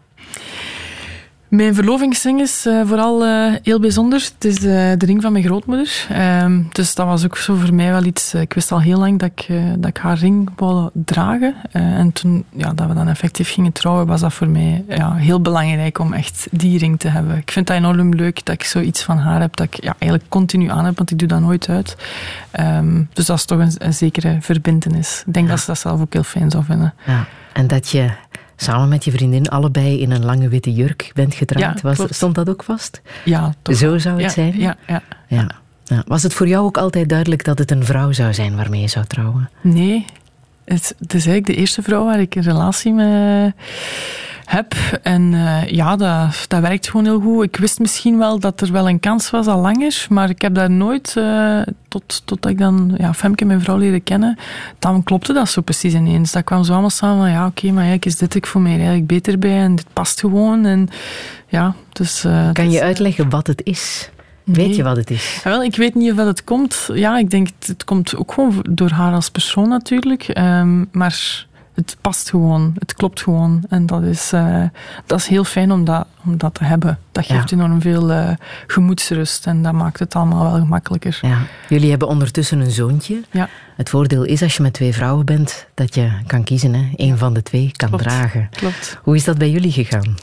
Mijn verlovingsring is uh, vooral uh, heel bijzonder. Het is uh, de ring van mijn grootmoeder. Um, dus dat was ook zo voor mij wel iets... Uh, ik wist al heel lang dat ik, uh, dat ik haar ring wou dragen. Uh, en toen ja, dat we dan effectief gingen trouwen, was dat voor mij ja, heel belangrijk om echt die ring te hebben. Ik vind dat enorm leuk dat ik zoiets van haar heb, dat ik ja, eigenlijk continu aan heb, want ik doe dat nooit uit. Um, dus dat is toch een, een zekere verbintenis. Ik denk ja. dat ze dat zelf ook heel fijn zou vinden. Ja. En dat je samen met je vriendin allebei in een lange witte jurk bent getrouwd. Ja, was, stond dat ook vast? Ja, toch. Zo zou het ja, zijn? Ja, ja, ja. Ja. Ja. Was het voor jou ook altijd duidelijk dat het een vrouw zou zijn waarmee je zou trouwen? Nee. Het, het is eigenlijk de eerste vrouw waar ik een relatie mee heb. En uh, ja, dat, dat werkt gewoon heel goed. Ik wist misschien wel dat er wel een kans was al langer, maar ik heb daar nooit, uh, tot, totdat ik dan ja, Femke, mijn vrouw, leren kennen, dan klopte dat zo precies ineens. Dat kwam zo allemaal samen van, ja, oké, okay, maar eigenlijk is dit ik voor mij eigenlijk beter bij en dit past gewoon. En, ja, dus, uh, kan je dus, uitleggen wat het is? Nee. Weet je wat het is? Ja, wel, ik weet niet of dat het komt. Ja, ik denk, het komt ook gewoon door haar als persoon natuurlijk. Um, maar het past gewoon. Het klopt gewoon. En dat is, uh, dat is heel fijn om dat, om dat te hebben. Dat geeft ja. enorm veel uh, gemoedsrust. En dat maakt het allemaal wel gemakkelijker. Ja. Jullie hebben ondertussen een zoontje. Ja. Het voordeel is als je met twee vrouwen bent, dat je kan kiezen. Hè? Eén ja. van de twee kan klopt. dragen. Klopt. Hoe is dat bij jullie gegaan?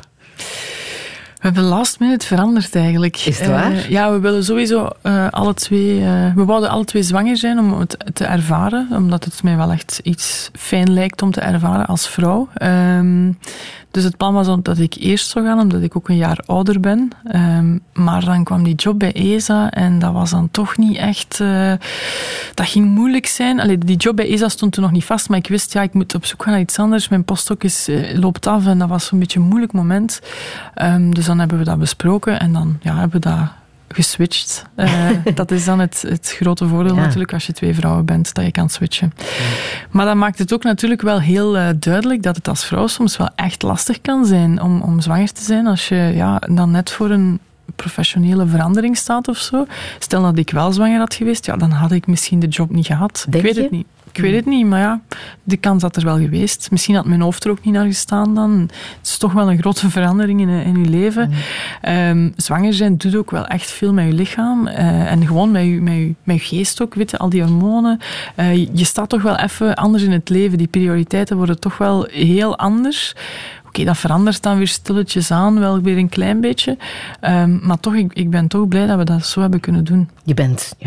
We hebben last minute veranderd eigenlijk. Is het waar? Uh, ja, we willen sowieso uh, alle twee... Uh, we wouden alle twee zwanger zijn om het te ervaren. Omdat het mij wel echt iets fijn lijkt om te ervaren als vrouw. Um, dus het plan was dat ik eerst zou gaan, omdat ik ook een jaar ouder ben. Um, maar dan kwam die job bij E S A en dat was dan toch niet echt... Uh, dat ging moeilijk zijn. Allee, die job bij E S A stond toen nog niet vast, maar ik wist, ja, ik moet op zoek gaan naar iets anders. Mijn postdoc is, uh, loopt af en dat was zo'n beetje een moeilijk moment. Um, dus dan hebben we dat besproken en dan ja, hebben we dat geswitcht. Uh, dat is dan het, het grote voordeel ja. natuurlijk als je twee vrouwen bent, dat je kan switchen. Ja. Maar dat maakt het ook natuurlijk wel heel uh, duidelijk dat het als vrouw soms wel echt lastig kan zijn om, om zwanger te zijn als je ja, dan net voor een professionele verandering staat of zo. Stel dat ik wel zwanger had geweest, ja, dan had ik misschien de job niet gehad. Denk ik weet je? het niet. Ik weet het niet, maar ja, de kans had er wel geweest. Misschien had mijn hoofd er ook niet naar gestaan dan. Het is toch wel een grote verandering in, in je leven. Mm. Um, zwanger zijn doet ook wel echt veel met je lichaam. Uh, en gewoon met je, met, je, met je geest ook, weet je, al die hormonen. Uh, je staat toch wel even anders in het leven. Die prioriteiten worden toch wel heel anders. Oké, okay, dat verandert dan weer stilletjes aan, wel weer een klein beetje. Um, maar toch, ik, ik ben toch blij dat we dat zo hebben kunnen doen. Je bent, ja...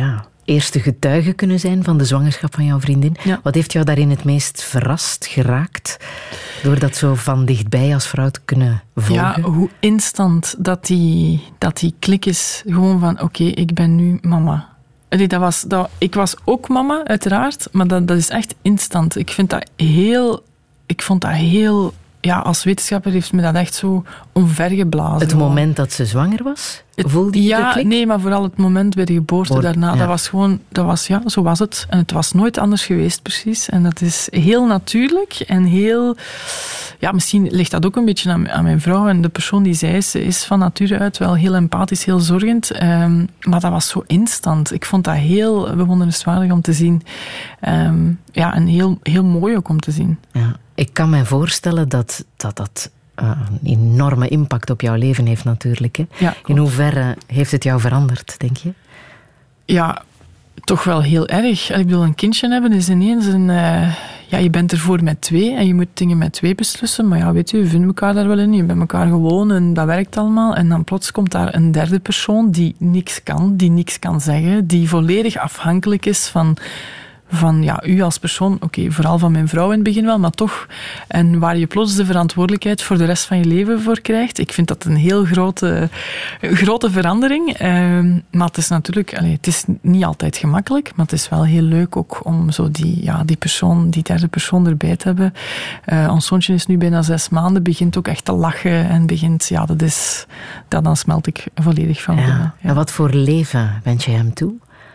eerste getuige kunnen zijn van de zwangerschap van jouw vriendin. Ja. Wat heeft jou daarin het meest verrast, geraakt? Door dat zo van dichtbij als vrouw te kunnen volgen? Ja, hoe instant dat die, dat die klik is. Gewoon van, oké, okay, ik ben nu mama. Allee, dat was, dat, ik was ook mama, uiteraard. Maar dat, dat is echt instant. Ik vind dat heel... Ik vond dat heel... Ja, als wetenschapper heeft me dat echt zo omvergeblazen. Het gewoon. moment dat ze zwanger was? Het, Voelde je ja, de klik? nee, maar vooral het moment bij de geboorte Voor, daarna. ja. Dat was gewoon, dat was, ja, zo was het. En het was nooit anders geweest, precies. En dat is heel natuurlijk en heel... Ja, misschien ligt dat ook een beetje aan, aan mijn vrouw. En de persoon die zij is, is van nature uit wel heel empathisch, heel zorgend. Um, maar dat was zo instant. Ik vond dat heel bewonderenswaardig om te zien. Um, ja, en heel, heel mooi ook om te zien. Ja. Ik kan me voorstellen dat dat... dat Uh, een enorme impact op jouw leven heeft natuurlijk. Hè? Ja, in hoeverre heeft het jou veranderd, denk je? Ja, toch wel heel erg. Ik bedoel, een kindje hebben is ineens een... Uh, ja, je bent ervoor met twee en je moet dingen met twee beslissen. Maar ja, weet je, we vinden elkaar daar wel in. Je bent elkaar gewoon en dat werkt allemaal. En dan plots komt daar een derde persoon die niks kan, die niks kan zeggen, die volledig afhankelijk is van... van ja, u als persoon, oké, okay, vooral van mijn vrouw in het begin wel, maar toch, en waar je plots de verantwoordelijkheid voor de rest van je leven voor krijgt. Ik vind dat een heel grote, grote verandering. Um, maar het is natuurlijk, allee, het is niet altijd gemakkelijk, maar het is wel heel leuk ook om zo die, ja, die persoon, die derde persoon erbij te hebben. Uh, ons zoontje is nu bijna zes maanden, begint ook echt te lachen en begint, ja, dat is, dat, dan smelt ik volledig van binnen. Ja. Ja. En wat voor leven wens je hem toe?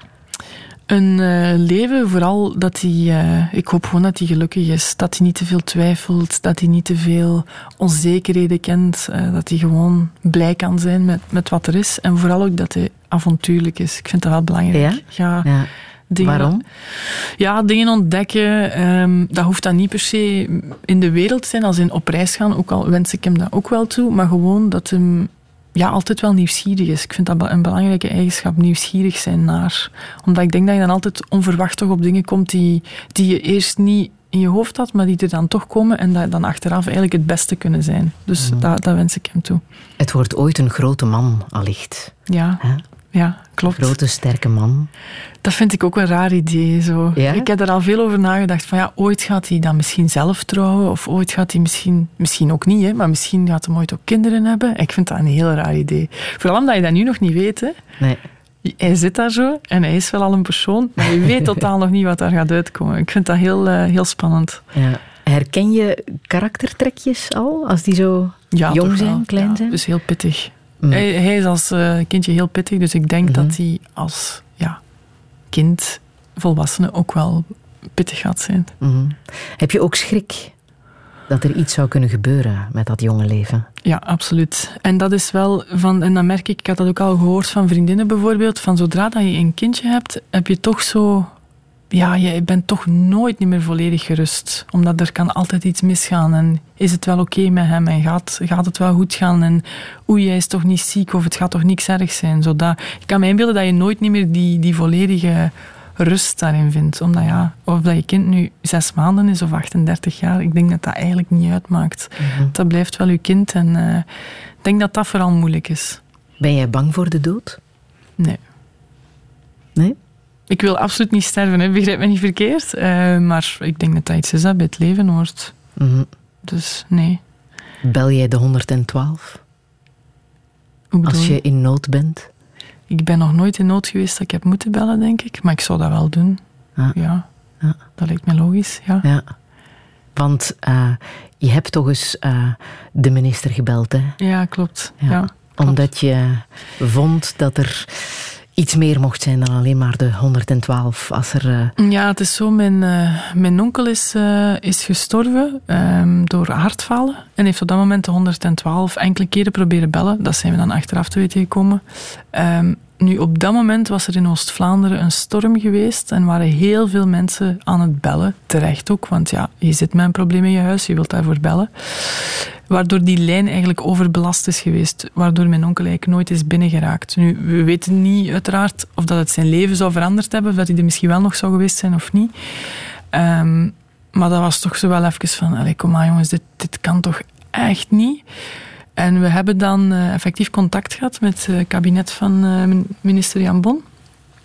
Een uh, leven, vooral dat hij... Uh, ik hoop gewoon dat hij gelukkig is. Dat hij niet te veel twijfelt. Dat hij niet te veel onzekerheden kent. Uh, dat hij gewoon blij kan zijn met, met wat er is. En vooral ook dat hij avontuurlijk is. Ik vind dat wel belangrijk. Ja? Ja, ja. dingen, Waarom? Ja, dingen ontdekken. Um, dat hoeft dan niet per se in de wereld te zijn. Als in op reis gaan. Ook al wens ik hem dat ook wel toe. Maar gewoon dat hem... ja, altijd wel nieuwsgierig is. Ik vind dat een belangrijke eigenschap, nieuwsgierig zijn naar. Omdat ik denk dat je dan altijd onverwacht toch op dingen komt die, die je eerst niet in je hoofd had, maar die er dan toch komen en dat dan achteraf eigenlijk het beste kunnen zijn. Dus mm. dat, dat wens ik hem toe. Het wordt ooit een grote man, allicht. Ja, He? ja, klopt. Een grote, sterke man. Dat vind ik ook een raar idee. Zo. Ja? Ik heb er al veel over nagedacht. Van ja, ooit gaat hij dan misschien zelf trouwen. Of ooit gaat hij misschien... Misschien ook niet, hè, maar misschien gaat hij ooit ook kinderen hebben. Ik vind dat een heel raar idee. Vooral omdat je dat nu nog niet weet. Hè. Nee. Hij zit daar zo en hij is wel al een persoon. Maar je weet totaal nog niet wat daar gaat uitkomen. Ik vind dat heel, uh, heel spannend. Ja. Herken je karaktertrekjes al? Als die zo ja, jong zijn, wel. klein ja, zijn? Dus heel pittig. Mm. Hij, hij is als uh, kindje heel pittig. Dus ik denk Mm-hmm. dat hij als... Ja, kind, volwassene ook wel pittig gaat zijn. Mm-hmm. Heb je ook schrik dat er iets zou kunnen gebeuren met dat jonge leven? Ja, absoluut. En dat is wel van, en dan merk ik, ik had dat ook al gehoord van vriendinnen bijvoorbeeld, van zodra dat je een kindje hebt, heb je toch zo, ja, je bent toch nooit niet meer volledig gerust. Omdat er kan altijd iets misgaan en is het wel oké okay met hem en gaat, gaat het wel goed gaan en oei, hij is toch niet ziek of het gaat toch niks ergs zijn. Zodat, ik kan me inbeelden dat je nooit niet meer die, die volledige rust daarin vindt. Omdat ja, of dat je kind nu zes maanden is of achtendertig jaar, ik denk dat dat eigenlijk niet uitmaakt. Mm-hmm. Dat blijft wel je kind en uh, ik denk dat dat vooral moeilijk is. Ben jij bang voor de dood? Nee. Nee? Ik wil absoluut niet sterven, hè. Begrijp me niet verkeerd. Uh, maar ik denk dat dat iets is dat bij het leven hoort. Mm-hmm. Dus nee. Bel jij de honderdtwaalf? Hoe bedoel Als je je? in nood bent? Ik ben nog nooit in nood geweest dat ik heb moeten bellen, denk ik. Maar ik zou dat wel doen. Ja. Ja. Ja. Dat lijkt me logisch, ja. Ja. Want uh, je hebt toch eens uh, de minister gebeld, hè? Ja, klopt. Ja. Ja, klopt. Omdat je vond dat er iets meer mocht zijn dan alleen maar de honderdtwaalf. Als er, uh... Ja, het is zo. Mijn, uh, mijn onkel is, uh, is gestorven um, door hartfalen. En heeft op dat moment de honderdtwaalf enkele keren proberen bellen. Dat zijn we dan achteraf te weten gekomen. Um, nu, op dat moment was er in Oost-Vlaanderen een storm geweest. En waren heel veel mensen aan het bellen. Terecht ook, want ja, je zit met een probleem in je huis. Je wilt daarvoor bellen. Waardoor die lijn eigenlijk overbelast is geweest. Waardoor mijn onkel eigenlijk nooit is binnengeraakt. Nu, we weten niet uiteraard of dat het zijn leven zou veranderd hebben. Of dat hij er misschien wel nog zou geweest zijn of niet. Um, maar dat was toch zo wel even van... Allee, kom maar jongens, dit, dit kan toch echt niet? En we hebben dan uh, effectief contact gehad met het uh, kabinet van uh, minister Jan Bon.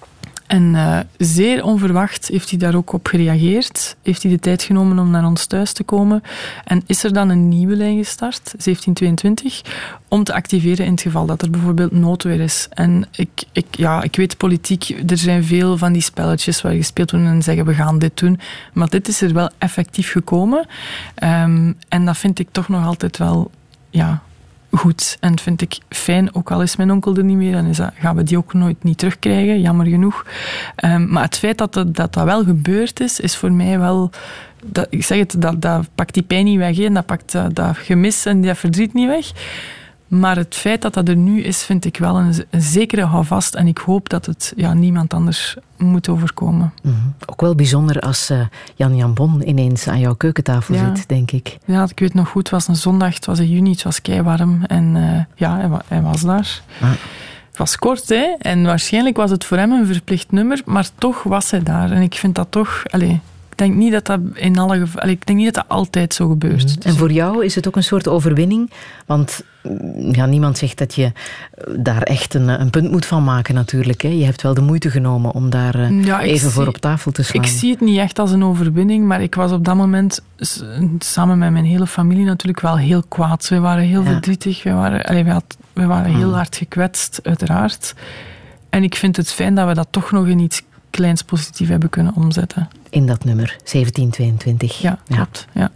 En uh, zeer onverwacht heeft hij daar ook op gereageerd. Heeft hij de tijd genomen om naar ons thuis te komen. En is er dan een nieuwe lijn gestart, zeventien tweeëntwintig, om te activeren in het geval dat er bijvoorbeeld noodweer is. En ik, ik, ja, ik weet politiek, er zijn veel van die spelletjes waar gespeeld worden en zeggen we gaan dit doen. Maar dit is er wel effectief gekomen. Um, en dat vind ik toch nog altijd wel... ja. goed. En vind ik fijn, ook al is mijn onkel er niet meer, dan is dat, gaan we die ook nooit niet terugkrijgen, jammer genoeg. Um, maar het feit dat dat, dat dat wel gebeurd is, is voor mij wel... Dat, ik zeg het, dat, dat pakt die pijn niet weg, en dat pakt dat, dat gemis en dat verdriet niet weg. Maar het feit dat dat er nu is, vind ik wel een, een zekere houvast. En ik hoop dat het ja, niemand anders moet overkomen. Mm-hmm. Ook wel bijzonder als uh, Jan Jambon ineens aan jouw keukentafel ja. zit, denk ik. Ja, ik weet nog goed. Het was een zondag, het was in juni, het was keiwarm. En uh, ja, hij, wa- hij was daar. Ah. Het was kort, hè. En waarschijnlijk was het voor hem een verplicht nummer. Maar toch was hij daar. En ik vind dat toch... Allez, ik denk niet dat dat in alle gevallen... Ik denk niet dat dat altijd zo gebeurt. Mm-hmm. En voor jou is het ook een soort overwinning? Want ja, niemand zegt dat je daar echt een, een punt moet van maken natuurlijk. Hè. Je hebt wel de moeite genomen om daar uh, ja, even zie, voor op tafel te slaan. Ik zie het niet echt als een overwinning, maar ik was op dat moment samen met mijn hele familie natuurlijk wel heel kwaad. We waren heel ja. verdrietig. We waren, allez, we, had, we waren heel mm. hard gekwetst, uiteraard. En ik vind het fijn dat we dat toch nog in iets kleins positief hebben kunnen omzetten. In dat nummer, zeventien tweeëntwintig. Ja, klopt. Ja. Ja.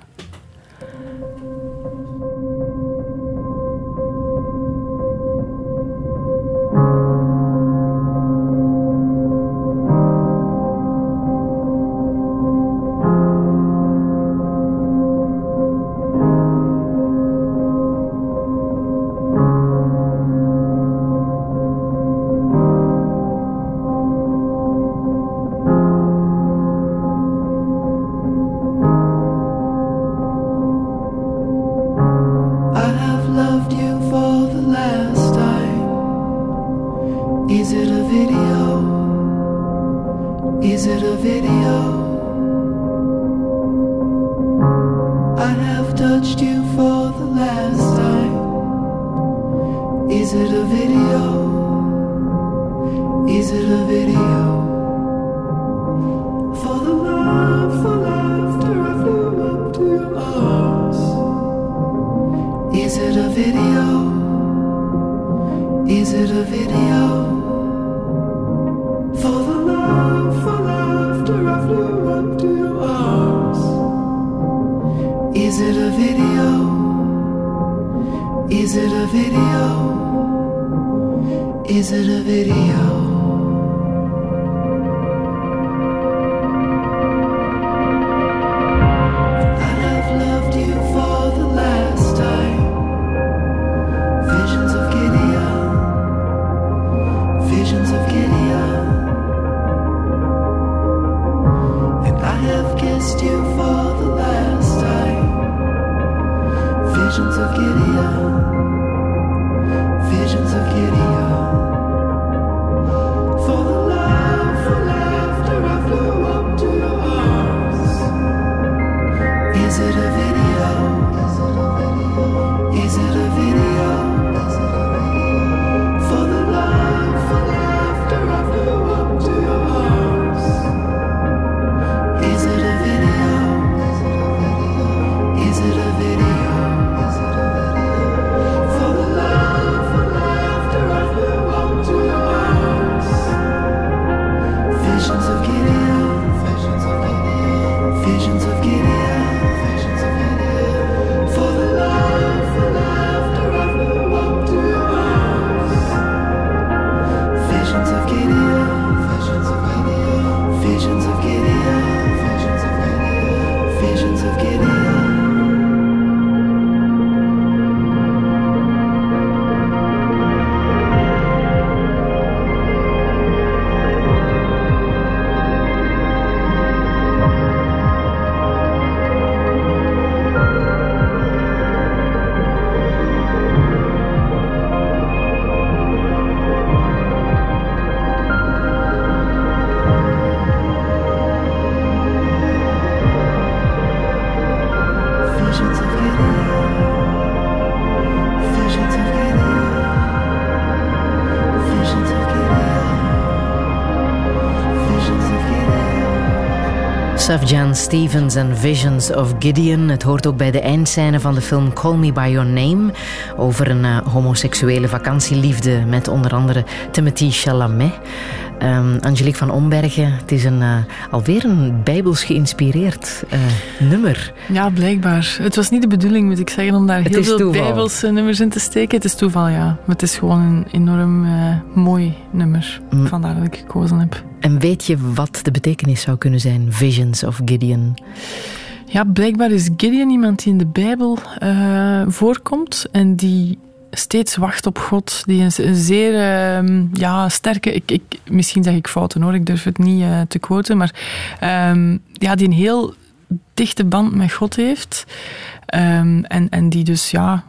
Sufjan Stevens en Visions of Gideon. Het hoort ook bij de eindscène van de film Call Me By Your Name. Over een uh, homoseksuele vakantieliefde met onder andere Timothée Chalamet. Um, Angelique van Ombergen, het is een, uh, alweer een bijbels geïnspireerd uh, nummer. Ja, blijkbaar. Het was niet de bedoeling, moet ik zeggen, om daar heel veel toeval. bijbelse nummers in te steken. Het is toeval, ja. Maar het is gewoon een enorm uh, mooi nummer. Mm. Vandaar dat ik gekozen heb. En weet je wat de betekenis zou kunnen zijn? Visions of Gideon. Ja, blijkbaar is Gideon iemand die in de Bijbel uh, voorkomt en die steeds wacht op God. Die een, een zeer uh, ja, sterke... Ik, ik, misschien zeg ik fouten hoor, ik durf het niet uh, te quoten, maar um, ja, die een heel dichte band met God heeft. Um, en, en die dus ja,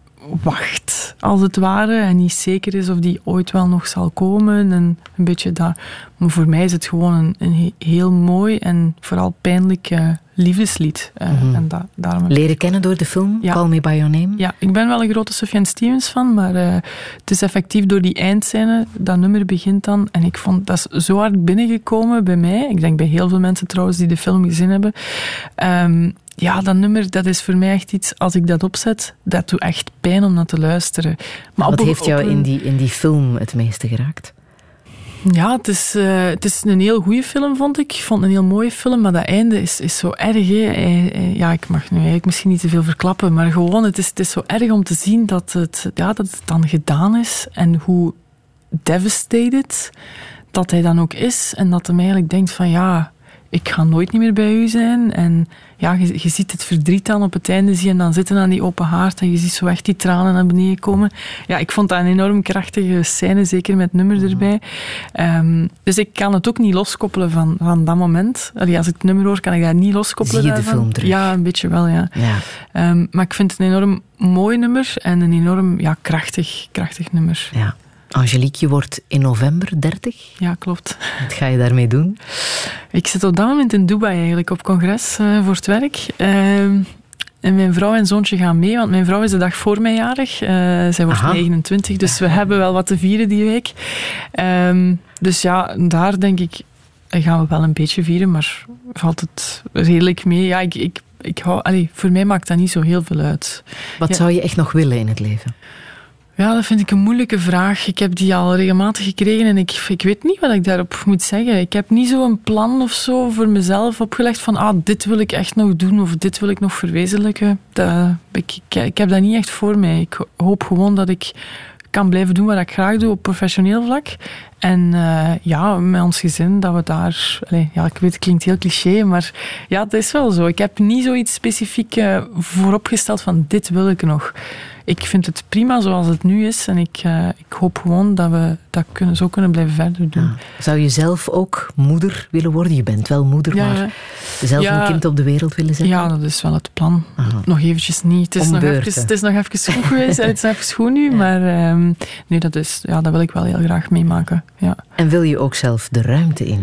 wacht, als het ware, en niet zeker is of die ooit wel nog zal komen. En een beetje dat... Maar voor mij is het gewoon een, een heel mooi en vooral pijnlijk uh, liefdeslied. Uh, mm-hmm. en da- daarom heb... Leren kennen door de film, ja. Call Me By Your Name? Ja, ik ben wel een grote Sufjan Stevens fan, maar uh, het is effectief door die eindscène, dat nummer begint dan, en ik vond dat is zo hard binnengekomen bij mij. Ik denk bij heel veel mensen trouwens die de film gezien hebben. Um, Ja, dat nummer, dat is voor mij echt iets, als ik dat opzet, dat doet echt pijn om naar te luisteren. Maar Wat op, heeft jou op een... in, die, in die film het meeste geraakt? Ja, het is, uh, het is een heel goede film, vond ik. Ik vond het een heel mooie film, maar dat einde is, is zo erg. Hè. Ja, ik mag nu eigenlijk misschien niet te veel verklappen, maar gewoon, het is, het is zo erg om te zien dat het, ja, dat het dan gedaan is en hoe devastated dat hij dan ook is. En dat hij eigenlijk denkt van, ja, ik ga nooit niet meer bij u zijn. En ja, je, je ziet het verdriet dan op het einde zie je en dan zitten aan die open haard en je ziet zo echt die tranen naar beneden komen. Ja, ik vond dat een enorm krachtige scène, zeker met het nummer erbij. Um, dus ik kan het ook niet loskoppelen van, van dat moment. Allee, als ik het nummer hoor, kan ik dat niet loskoppelen. Zie je de daarvan. film terug? Ja, een beetje wel, ja. ja. Um, maar ik vind het een enorm mooi nummer en een enorm ja, krachtig, krachtig nummer. Ja. Angelique, je wordt in november dertig. Ja, klopt. Wat ga je daarmee doen? Ik zit op dat moment in Dubai eigenlijk, op congres uh, voor het werk. Uh, en mijn vrouw en zoontje gaan mee, want mijn vrouw is de dag voor mij jarig. Uh, zij wordt Aha. negenentwintig, dus we hebben wel wat te vieren die week. Uh, dus ja, daar denk ik, gaan we wel een beetje vieren, maar valt het redelijk mee. Ja, ik, ik, ik hou, allee, voor mij maakt dat niet zo heel veel uit. Wat ja. zou je echt nog willen in het leven? Ja, dat vind ik een moeilijke vraag. Ik heb die al regelmatig gekregen en ik, ik weet niet wat ik daarop moet zeggen. Ik heb niet zo'n plan of zo voor mezelf opgelegd van ah, dit wil ik echt nog doen of dit wil ik nog verwezenlijken. Dat, ik, ik, ik heb dat niet echt voor mij. Ik hoop gewoon dat ik kan blijven doen wat ik graag doe op professioneel vlak. En uh, ja, met ons gezin, dat we daar... Allez, ja, ik weet, het klinkt heel cliché, maar ja, het is wel zo. Ik heb niet zoiets specifiek uh, vooropgesteld van dit wil ik nog. Ik vind het prima zoals het nu is en ik, uh, ik hoop gewoon dat we dat kunnen, zo kunnen blijven verder doen. Ja. Zou je zelf ook moeder willen worden? Je bent wel moeder, ja, maar zelf ja, een kind op de wereld willen zetten? Ja, dat is wel het plan. Aha. Nog eventjes niet. Het is, nog even, het is nog even goed geweest. Het is even goed nu, ja. maar um, nee, dat, is, ja, dat wil ik wel heel graag meemaken. Ja. En wil je ook zelf de ruimte in?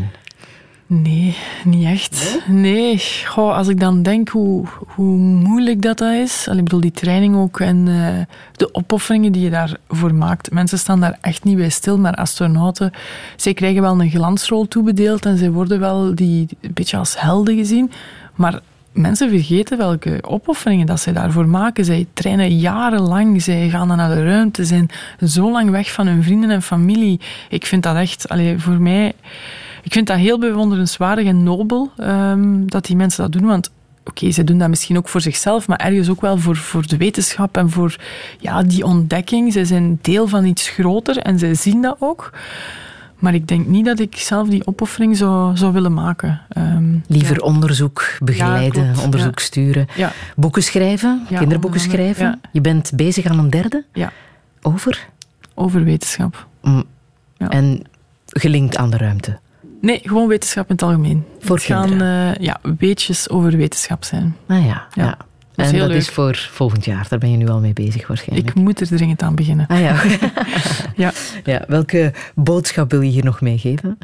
Nee, niet echt. Nee, Goh, als ik dan denk hoe, hoe moeilijk dat, dat is. Ik bedoel, die training ook en uh, de opofferingen die je daarvoor maakt. Mensen staan daar echt niet bij stil, maar astronauten, zij krijgen wel een glansrol toebedeeld en zij worden wel die, een beetje als helden gezien. Maar mensen vergeten welke opofferingen dat zij daarvoor maken. Zij trainen jarenlang, zij gaan dan naar de ruimte, zijn zo lang weg van hun vrienden en familie. Ik vind dat echt, allee, voor mij... Ik vind dat heel bewonderenswaardig en nobel um, dat die mensen dat doen, want oké, okay, ze doen dat misschien ook voor zichzelf, maar ergens ook wel voor, voor de wetenschap en voor ja, die ontdekking. Zij zijn deel van iets groter en zij zien dat ook. Maar ik denk niet dat ik zelf die opoffering zou, zou willen maken. Um, Liever ja. onderzoek begeleiden, ja, onderzoek ja. sturen. Ja. Boeken schrijven, ja, kinderboeken schrijven. Ja. Je bent bezig aan een derde? Ja. Over? Over wetenschap. Mm. Ja. En gelinkt aan de ruimte? Nee, gewoon wetenschap in het algemeen. Voor het gaan uh, ja, weetjes over wetenschap zijn. Ah ja, ja. ja. Dat en is dat leuk. is voor volgend jaar. Daar ben je nu al mee bezig waarschijnlijk. Ik moet er dringend aan beginnen. Ah ja. ja. ja. Welke boodschap wil je hier nog meegeven?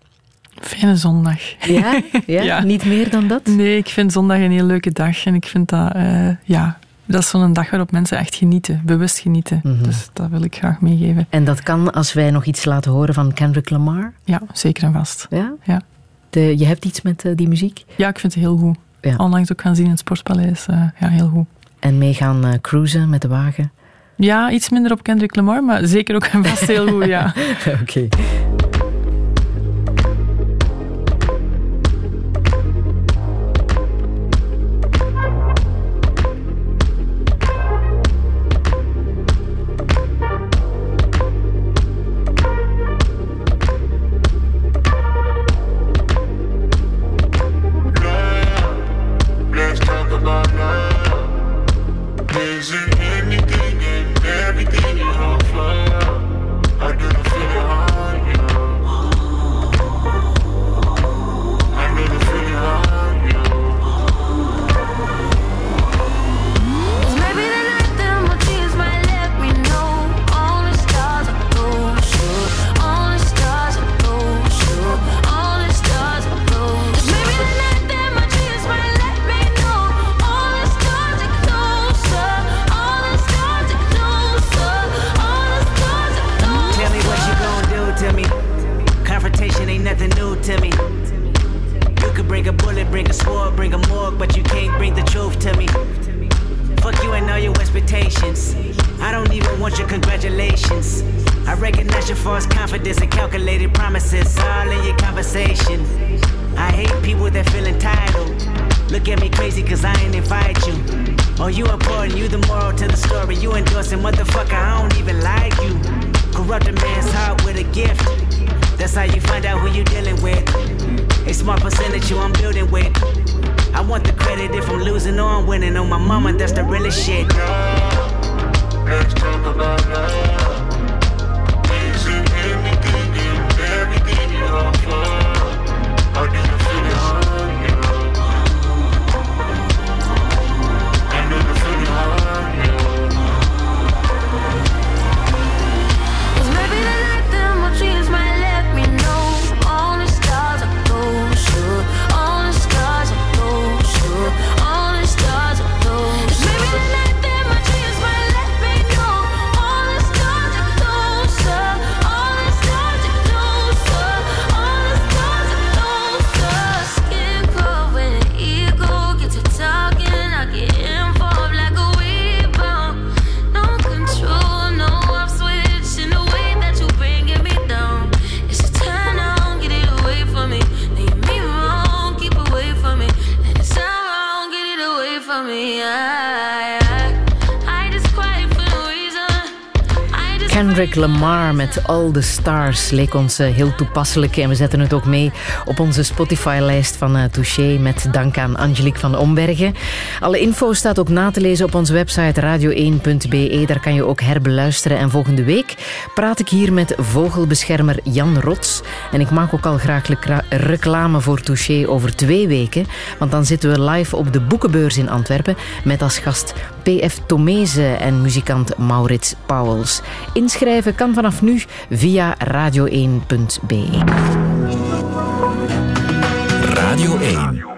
Fijne zondag. Ja? Ja? ja? Niet meer dan dat? Nee, ik vind zondag een heel leuke dag. En ik vind dat... Uh, ja, dat is zo'n dag waarop mensen echt genieten. Bewust genieten. Mm-hmm. Dus dat wil ik graag meegeven. En dat kan als wij nog iets laten horen van Kendrick Lamar? Ja, zeker en vast. Ja? Ja. De, je hebt iets met uh, die muziek? Ja, ik vind het heel goed. Ja. Onlangs ook gaan zien in het Sportpaleis. Uh, ja, heel goed. En mee gaan uh, cruisen met de wagen? Ja, iets minder op Kendrick Lamar, maar zeker ook vast heel goed, ja. Oké. Okay. Kendrick Lamar met All the Stars leek ons heel toepasselijk en we zetten het ook mee op onze Spotify-lijst van uh, Touché met dank aan Angelique van Ombergen. Alle info staat ook na te lezen op onze website radio één punt b e. Daar kan je ook herbeluisteren. En volgende week praat ik hier met vogelbeschermer Jan Rots. En ik maak ook al graag reclame voor Touché over twee weken, want dan zitten we live op de Boekenbeurs in Antwerpen met als gast P F Tomeeze en muzikant Maurits Pauwels. Inschrijven kan vanaf nu via radio één punt b e. Radio één.